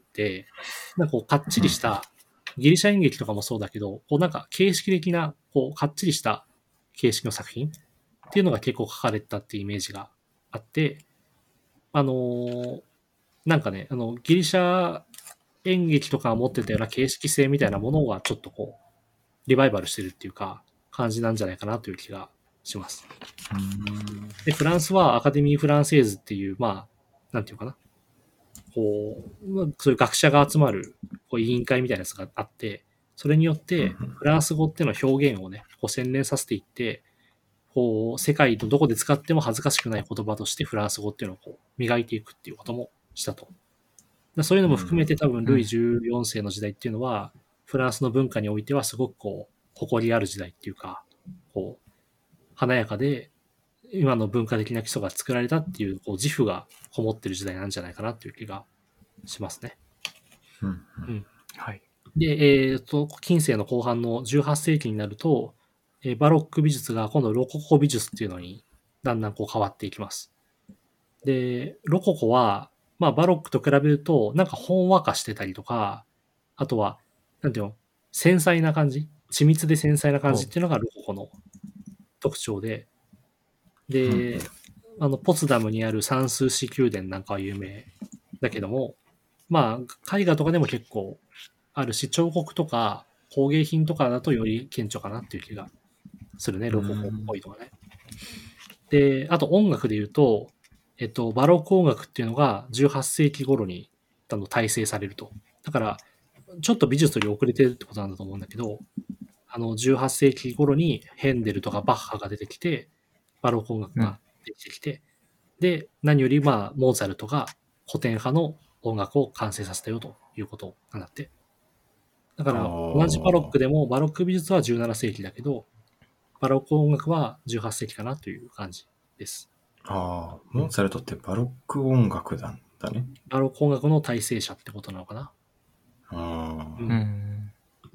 なんかこうかっちりした、ギリシャ演劇とかもそうだけど、こうなんか形式的な、こうかっちりした形式の作品っていうのが結構書かれてたっていうイメージがあって、あのーなんかね、あの、ギリシャ演劇とかが持ってたような形式性みたいなものがちょっとこう、リバイバルしてるっていうか、感じなんじゃないかなという気がします。で、フランスはアカデミー・フランセーズっていう、まあ、なんていうかな、こう、まあそういう学者が集まるこう委員会みたいなやつがあって、それによってフランス語っていうの表現をね、こう洗練させていって、こう、世界のどこで使っても恥ずかしくない言葉としてフランス語っていうのをこう磨いていくっていうこともしたと。だそういうのも含めて多分ルイじゅうよん世の時代っていうのは、フランスの文化においてはすごくこう、誇りある時代っていうか、こう、華やかで、今の文化的な基礎が作られたっていう、こう、自負がこもってる時代なんじゃないかなっていう気がしますね。 うんうん。 はい。 で、えっと、近世の後半のじゅうはっ世紀になると、えーバロック美術が今度ロココ美術っていうのにだんだんこう変わっていきます。で、ロココは、まあバロックと比べると、なんかほんわかしてたりとか、あとは、なんていうの、繊細な感じ緻密で繊細な感じっていうのがロココの特徴で、で、あの、ポツダムにあるサンスーシ宮殿なんかは有名だけども、まあ、絵画とかでも結構あるし、彫刻とか工芸品とかだとより顕著かなっていう気がするね、ロココっぽいのがね。で、あと音楽で言うと、えっと、バロック音楽っていうのがじゅうはっ世紀頃にあの大成されると。だから、ちょっと美術より遅れてるってことなんだと思うんだけど、あの、じゅうはっ世紀頃にヘンデルとかバッハが出てきて、バロック音楽ができてきて、で、何よりまあ、モーツァルトが古典派の音楽を完成させたよということなんだって。だから、同じバロックでも、バロック美術はじゅうなな世紀だけど、バロック音楽はじゅうはっ世紀かなという感じです。 ああ、モーツァルトってバロック音楽なんだね。 バロック音楽の大成者ってことなのかな。 ああ、 ううんん。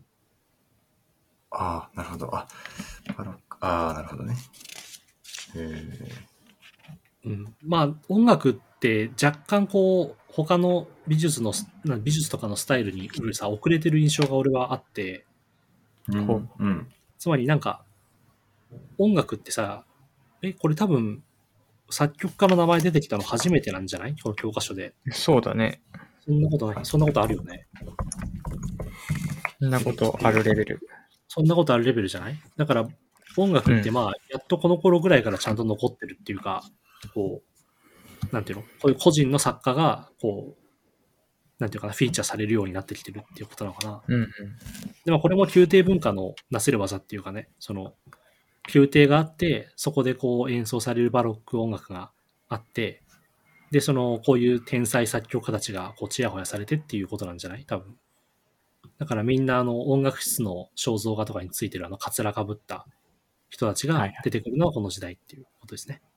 ああ、なるほど。あ、バロック、ああ、なるほどね。えうん、まあ、音楽って若干こう、他の美術の、な美術とかのスタイルによりさ、遅れてる印象が俺はあって、 ー、うん、 ほううん。 つまりなんか、音楽ってさ、え、これ多分、作曲家の名前出てきたの初めてなんじゃないこの教科書で。 そうだね。 そんなことないそんなことあるよね。 そんなことあるレベル。 そんなことあるレベルじゃないだから、音楽ってまあ、やっとこの頃ぐらいからちゃんと残ってるっていうか、こう、なんていうのこういう個人の作家が、こう、なんていうかな、フィーチャーされるようになってきてるっていうことなのかな。 うんうん。 でもこれも宮廷文化のなせる技っていうかね、その、宮廷があって、そこでこう演奏されるバロック音楽があって、 で、その、こういう天才作曲家たちが、こう、ちやほやされてっていうことなんじゃない多分。だからみんな、あの、音楽室の肖像画とかについてるあの、カツラかぶった人たちが出てくるのはこの時代っていうことですね。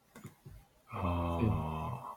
ああ、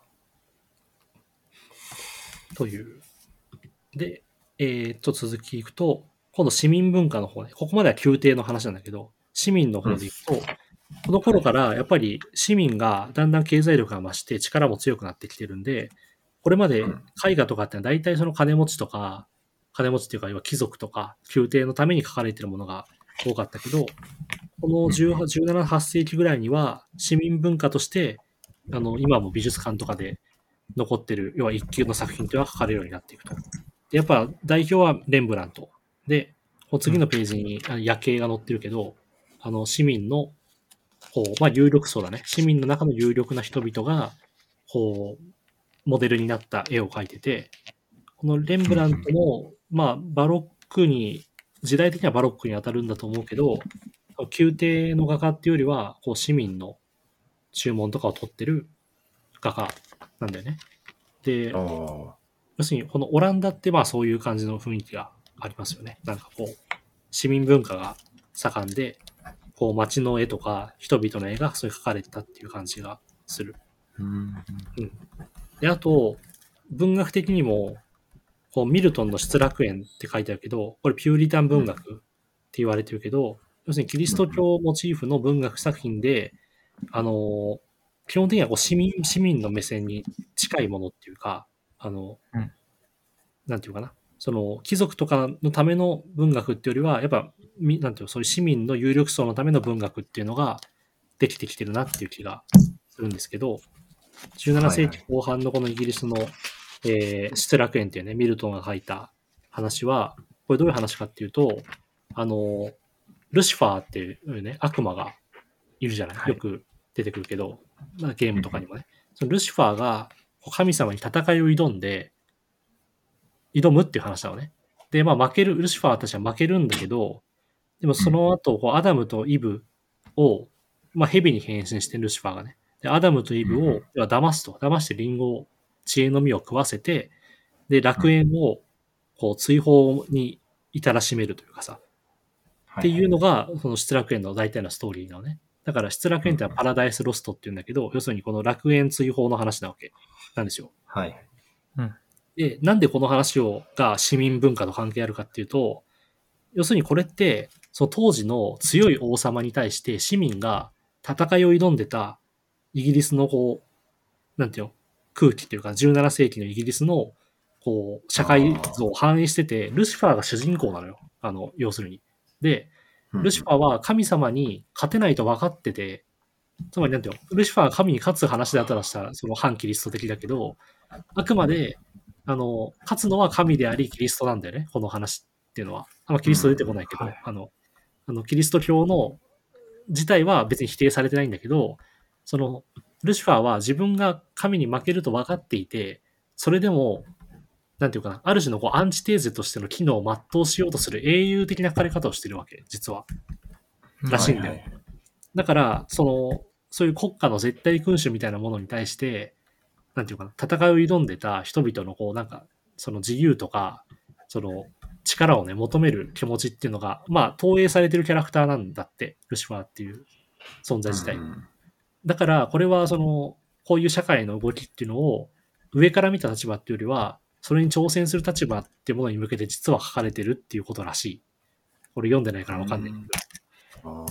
うん。という。で、えー、っと、続きいくと、今度市民文化の方ね。ここまでは宮廷の話なんだけど、市民の方でいくと、うん、この頃からやっぱり市民がだんだん経済力が増して力も強くなってきてるんで、これまで絵画とかってのは大体その金持ちとか、金持ちっていうか、要は貴族とか宮廷のために描かれているものが多かったけど、このじゅうなな、じゅうはっ世紀ぐらいには市民文化として、あの、今も美術館とかで残ってる、要は一級の作品というのは描かれるようになっていくと。でやっぱ代表はレンブラント。で、この次のページに夜景が載ってるけど、あの、市民の、こう、まあ、有力層だね。市民の中の有力な人々が、こう、モデルになった絵を描いてて、このレンブラントの、まあ、バロックに、時代的にはバロックに当たるんだと思うけど、宮廷の画家っていうよりは、こう、市民の注文とかを取ってる画家なんだよね。で、要するに、このオランダってまあそういう感じの雰囲気がありますよね。なんかこう、市民文化が盛んで、こう街の絵とか人々の絵がそういう描かれてたっていう感じがする。 うん。 うん。で、あと、文学的にも、こうミルトンの失楽園って書いてあるけど、これピューリタン文学って言われてるけど、要するにキリスト教モチーフの文学作品で、あの、基本的にはこう市民、市民の目線に近いものっていうか、あの、うん、なんていうかな。その、貴族とかのための文学っていうよりは、やっぱ、なんていうそういう市民の有力層のための文学っていうのができてきてるなっていう気がするんですけど、じゅうなな世紀後半のこのイギリスの、えー、失楽園っていうね、ミルトンが書いた話は、これどういう話かっていうと、あの、ルシファーっていうね、悪魔がいるじゃない、はい、よく出てくるけど、まあ、ゲームとかにもね。そのルシファーが神様に戦いを挑んで、挑むっていう話なのね。で、まあ負ける、ルシファーたちは負けるんだけど、でもその後、こうアダムとイブを、まあ蛇に変身してルシファーがね。で、アダムとイブを騙すと。騙してリンゴを、知恵の実を食わせて、で、楽園を、こう追放に至らしめるというかさ。っていうのが、その失楽園の大体のストーリーなのね。だから失楽園ってのはパラダイスロストって言うんだけど、要するにこの楽園追放の話なわけなんですよ。 はい。うん。 で、なんでこの話をが市民文化と関係あるかっていうと、要するにこれって、その当時の強い王様に対して市民が戦いを挑んでたイギリスのこう、なんていうの、空気っていうかじゅうなな世紀のイギリスのこう、社会像を反映してて、ルシファーが主人公なのよ。あの、要するに。で、ルシファーは神様に勝てないと分かってて、つまりなんていうの、ルシファーが神に勝つ話だったらしたら、その反キリスト的だけど、あくまで、あの、勝つのは神でありキリストなんだよね、この話っていうのは。あんまキリスト出てこないけど、うんはい、あの、あの、キリスト教の自体は別に否定されてないんだけど、その、ルシファーは自分が神に負けると分かっていて、それでも、なんていうかな、ある種のこうアンチテーゼとしての機能を全うしようとする英雄的な書かれ方をしてるわけ、実は。らしいんだよ。はいはい、だから、その、そういう国家の絶対君主みたいなものに対して、なんていうかな、戦いを挑んでた人々のこう、なんか、その自由とか、その力をね、求める気持ちっていうのが、まあ、投影されてるキャラクターなんだって、ルシファーっていう存在自体。うん、だから、これは、その、こういう社会の動きっていうのを、上から見た立場っていうよりは、それに挑戦する立場っていうものに向けて実は書かれてるっていうことらしい。これ読んでないから分かんないけど。うん、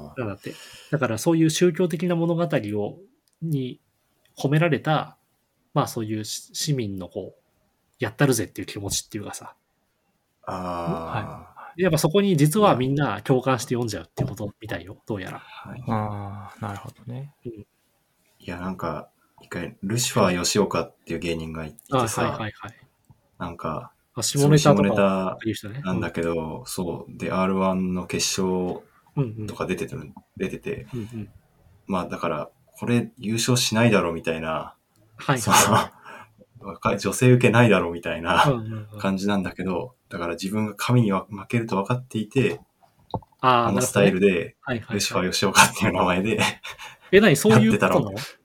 あなんだって。だからそういう宗教的な物語を、に込められた、まあそういう市民のこう、やったるぜっていう気持ちっていうかさ。 ああ、 はい。やっぱそこに実はみんな共感して読んじゃうっていうことみたいよ、どうやら。 はい、ああ、なるほどね。うん、 いや、なんか、一回、ルシファー吉岡っていう芸人がいてさ、 はいはいはい、 なんか、 下ネタとかなんだけど、うん、そう、で、アールワン の決勝とか出てて、うんうん、出てて、うんうん、まあだから、これ優勝しないだろうみたいな、はい、その女性受けないだろうみたいな感じなんだけど、だから自分が神には負けると分かっていて、あ, あのスタイルで、ルシファー吉岡っていう名前で、 え、何そういうことなの？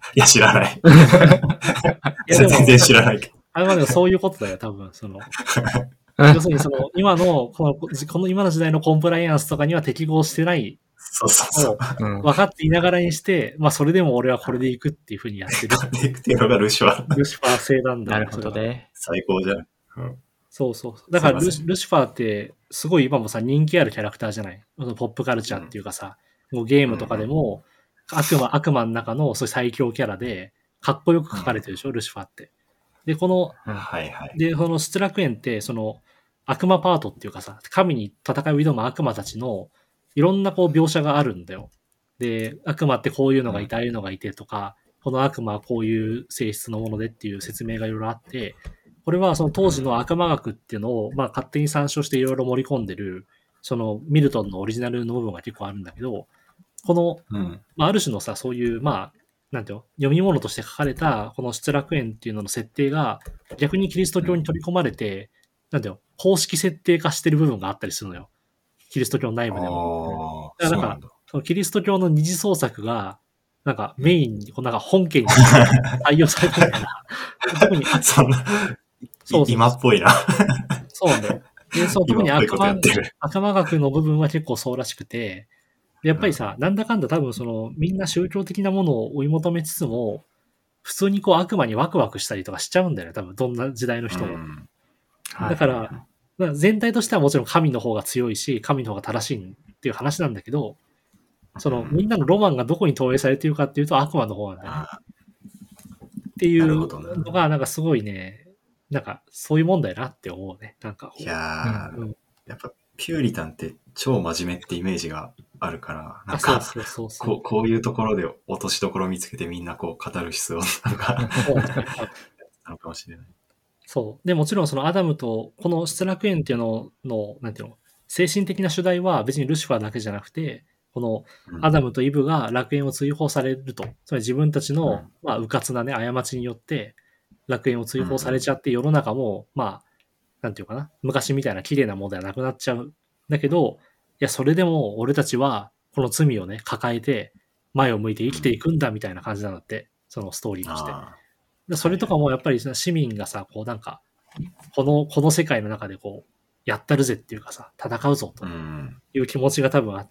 いや、知らない。 いやでも全然知らないけど。 あれはでもそういうことだよ、多分。その、要するにその、今の、この、この今の時代のコンプライアンスとかには適合してない。 そうそうそう。 分かっていながらにして、まあそれでも俺はこれで行くっていうふうにやってる。 これで行くっていうのがルシファー。 ルシファー製なんだ。 なるほどね。 最高じゃん。うん、 そうそう。だからルシ、ルシファーって、すごい今もさ、人気あるキャラクターじゃない。ポップカルチャーっていうかさ、うん、もうゲームとかでも、うん、悪魔、悪魔の中のそういう最強キャラで、かっこよく書かれてるでしょ、うん、ルシファーって。で、この、 はいはい。 で、この失楽園って、その、悪魔パートっていうかさ、神に戦いを挑む悪魔たちの、いろんなこう描写があるんだよ。で、悪魔ってこういうのがいて、ああいうのがいてとか、この悪魔はこういう性質のものでっていう説明がいろいろあって、これはその当時の悪魔学っていうのを、まあ勝手に参照していろいろ盛り込んでる、そのミルトンのオリジナルの部分が結構あるんだけど、この、うん、まあある種のさ、そういう、まあ、なんていうの、読み物として書かれた、この失楽園っていうのの設定が、逆にキリスト教に取り込まれて、うん、なんていうの、公式設定化してる部分があったりするのよ。キリスト教内部でも。だからなんか、そのキリスト教の二次創作が、なんかメインに、なんか本家に採用されたみたいな。特にそんな、そうそう今っぽいな。 そうなんだよ。で、そう、特に悪魔、悪魔学の部分は結構そうらしくて、やっぱりさ、うん、なんだかんだ多分その、みんな宗教的なものを追い求めつつも、普通にこう悪魔にワクワクしたりとかしちゃうんだよね、多分、どんな時代の人も。うんだから、はい、全体としてはもちろん神の方が強いし、神の方が正しいっていう話なんだけど、その、みんなのロマンがどこに投影されているかっていうと悪魔の方なんだよね。っていうのが、なんかすごいね、なんかそういうもんだよなって思うね。なんかいやー、うん、やっぱピューリタンって超真面目ってイメージがあるから、なんかそうそうそうそうこう、こういうところで落としどころ見つけてみんなこう語る必要なんかあるかもしれない。 そう。で、もちろんそのアダムと、この失楽園っていうのの、なんていうの、精神的な主題は別にルシファーだけじゃなくて、このアダムとイブが楽園を追放されると、つまり自分たちの、うん、まあ、迂闊なね、過ちによって楽園を追放されちゃって、世の中も、まあ、なんていうかな、昔みたいな綺麗なものではなくなっちゃう。だけど、いや、それでも俺たちは、この罪をね、抱えて、前を向いて生きていくんだみたいな感じなんだって、そのストーリーとして。それとかもやっぱり市民がさ、こうなんか、この、この世界の中でこう、やったるぜっていうかさ、戦うぞという気持ちが多分あって、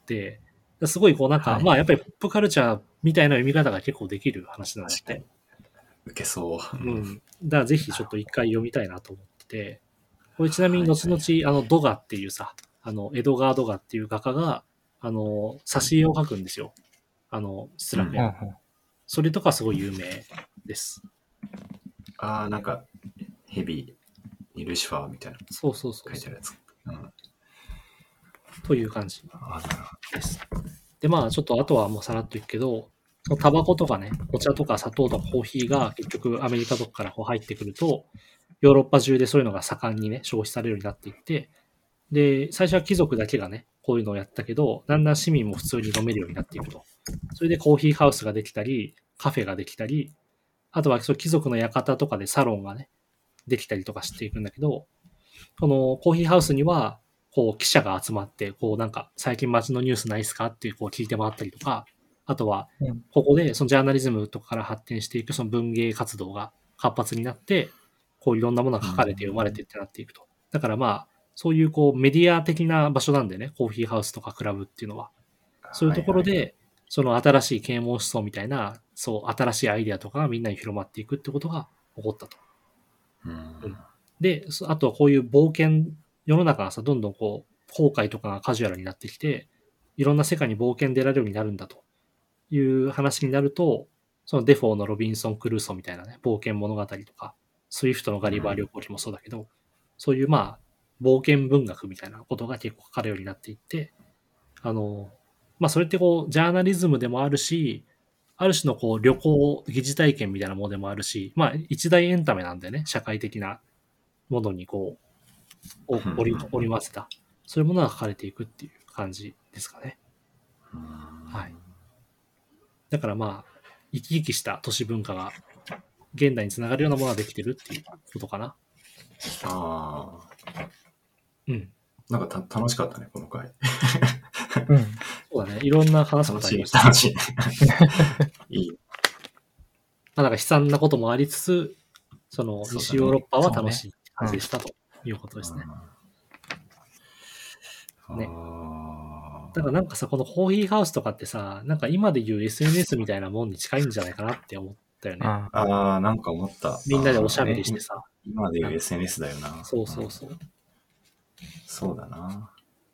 すごいこうなんか、はい、まあやっぱりポップカルチャーみたいな読み方が結構できる話なんだって。 受けそう。 うん。だからぜひちょっと一回読みたいなと思ってて、これちなみに後々、あの、ドガっていうさ、あの、エドガー・ドガっていう画家が、あの、挿絵を描くんですよ。あの、失楽園。うん、それとかすごい有名です。 ああ、なんか、ヘビにルシファーみたいな。 そうそうそう。 書いてあるやつ。うん、 という感じです。で、まあ、ちょっとあとはもうさらっといくけど、タバコとかね、お茶とか砂糖とかコーヒーが結局アメリカとかからこう入ってくると、ヨーロッパ中でそういうのが盛んにね、消費されるようになっていって、で、最初は貴族だけがね、こういうのをやったけど、だんだん市民も普通に飲めるようになっていくと。それでコーヒーハウスができたり、カフェができたり、あとはそう貴族の館とかでサロンがね、できたりとかしていくんだけど、このコーヒーハウスには、こう記者が集まって、こうなんか最近街のニュースないっすかっていうこう聞いて回ったりとか、あとは、ここでそのジャーナリズムとかから発展していくその文芸活動が活発になって、こういろんなものが書かれて生まれてってなっていくと。だからまあ、そういうこうメディア的な場所なんでね、コーヒーハウスとかクラブっていうのは。そういうところで、その新しい啓蒙思想みたいな、そう新しいアイデアとかがみんなに広まっていくってことが起こったと。 うんうん、で、あとはこういう冒険、世の中がさ、どんどんこう、航海とかがカジュアルになってきて、いろんな世界に冒険出られるようになるんだという話になると、そのデフォーのロビンソン・クルーソーみたいなね、冒険物語とか、スウィフトのガリバー旅行記もそうだけど、うん、そういうまあ、冒険文学みたいなことが結構書かれるようになっていって、あの、まあそれってこう、ジャーナリズムでもあるし、ある種のこう旅行、疑似体験みたいなものでもあるし、まあ一大エンタメなんだよね、社会的なものにこう、織り、織り交ぜた、そういうものが書かれていくっていう感じですかね。はい。だからまあ、生き生きした都市文化が現代につながるようなものができてるっていうことかな。 ああ。 うん。 なんかた楽しかったね、この回。 うん。そうだね。いろんな話がありました。 楽しい、楽しい。いい。 まあ、なんか悲惨なこともありつつ、その西ヨーロッパは楽しい感じでしたということですね。ね。だからなんかさ、このコーヒーハウスとかってさ、なんか今で言う エスエヌエス みたいなもんに近いんじゃないかなって思ったよね。 あああ、なんか思った。 みんなでおしゃべりしてさ。 今で言う エスエヌエス だよな。 そうそうそう。 そうだな。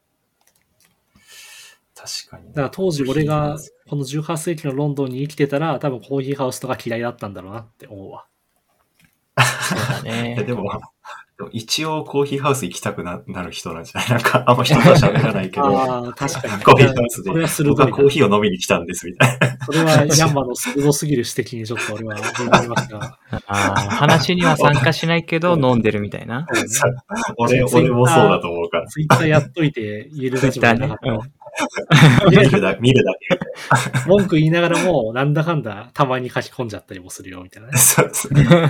確かに、ね。 だから当時俺がこのじゅうはっ世紀のロンドンに生きてたら多分コーヒーハウスとか嫌いだったんだろうなって思うわ。 そうだね。 でも、でも一応コーヒーハウス行きたく な, なる人なんじゃないなんかあんま人と喋らないけど。 ああ、確かに。 コーヒーハウスで。 それは鋭い。 僕はコーヒーを飲みに来たんですみたいな。 それはヤンマの鋭すぎる指摘にちょっと俺は思いましたが。 ああ、話には参加しないけど飲んでるみたいな。 俺, 俺もそうだと思うから。 ツイッターやっといて言える立場じゃなかった。 見るだ見るだけ。 文句言いながらも、なんだかんだたまに書き込んじゃったりもするよ、みたいなね。 そうそう。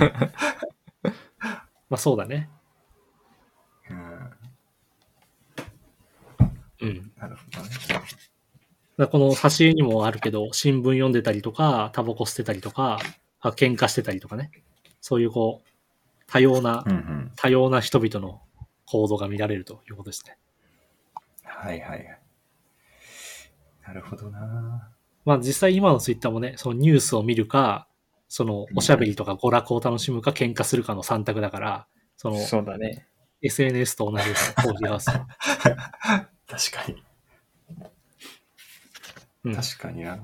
まあそうだね。 うん。 うん。 なるほどね。 だこの挿絵にもあるけど、新聞読んでたりとか、タバコ捨てたりとか、喧嘩してたりとかね。そういうこう、多様な、 うんうん、 多様な人々の行動が見られるということですね。 はいはいはい。なるほどな。 まあ実際今のツイッターもね、そのニュースを見るか、そのおしゃべりとか娯楽を楽しむか喧嘩するかのさん択だから、その、 そうだね。 エスエヌエス と同じですコーヒーハウスは。 確かに。 うん、 確かにな。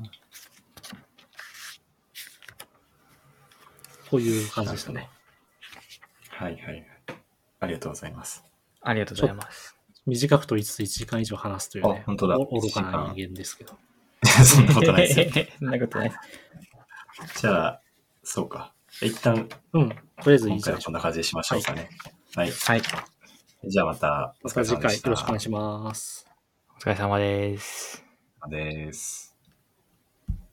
こういう感じでしたね。 はいはいはい。ありがとうございます。 ありがとうございます。 短くと言いつついちじかん以上話すというね、 あ、本当だ。 愚かな人間ですけど。 そんなことないですよ。 そんなことない。 じゃあ、そうか。一旦、 うん。とりあえずいい今回はこんな感じでしましょうかね。はい。 はい。 じゃあまた、 また次回よろしくお願いします。 お疲れ様です。 お疲れ様です。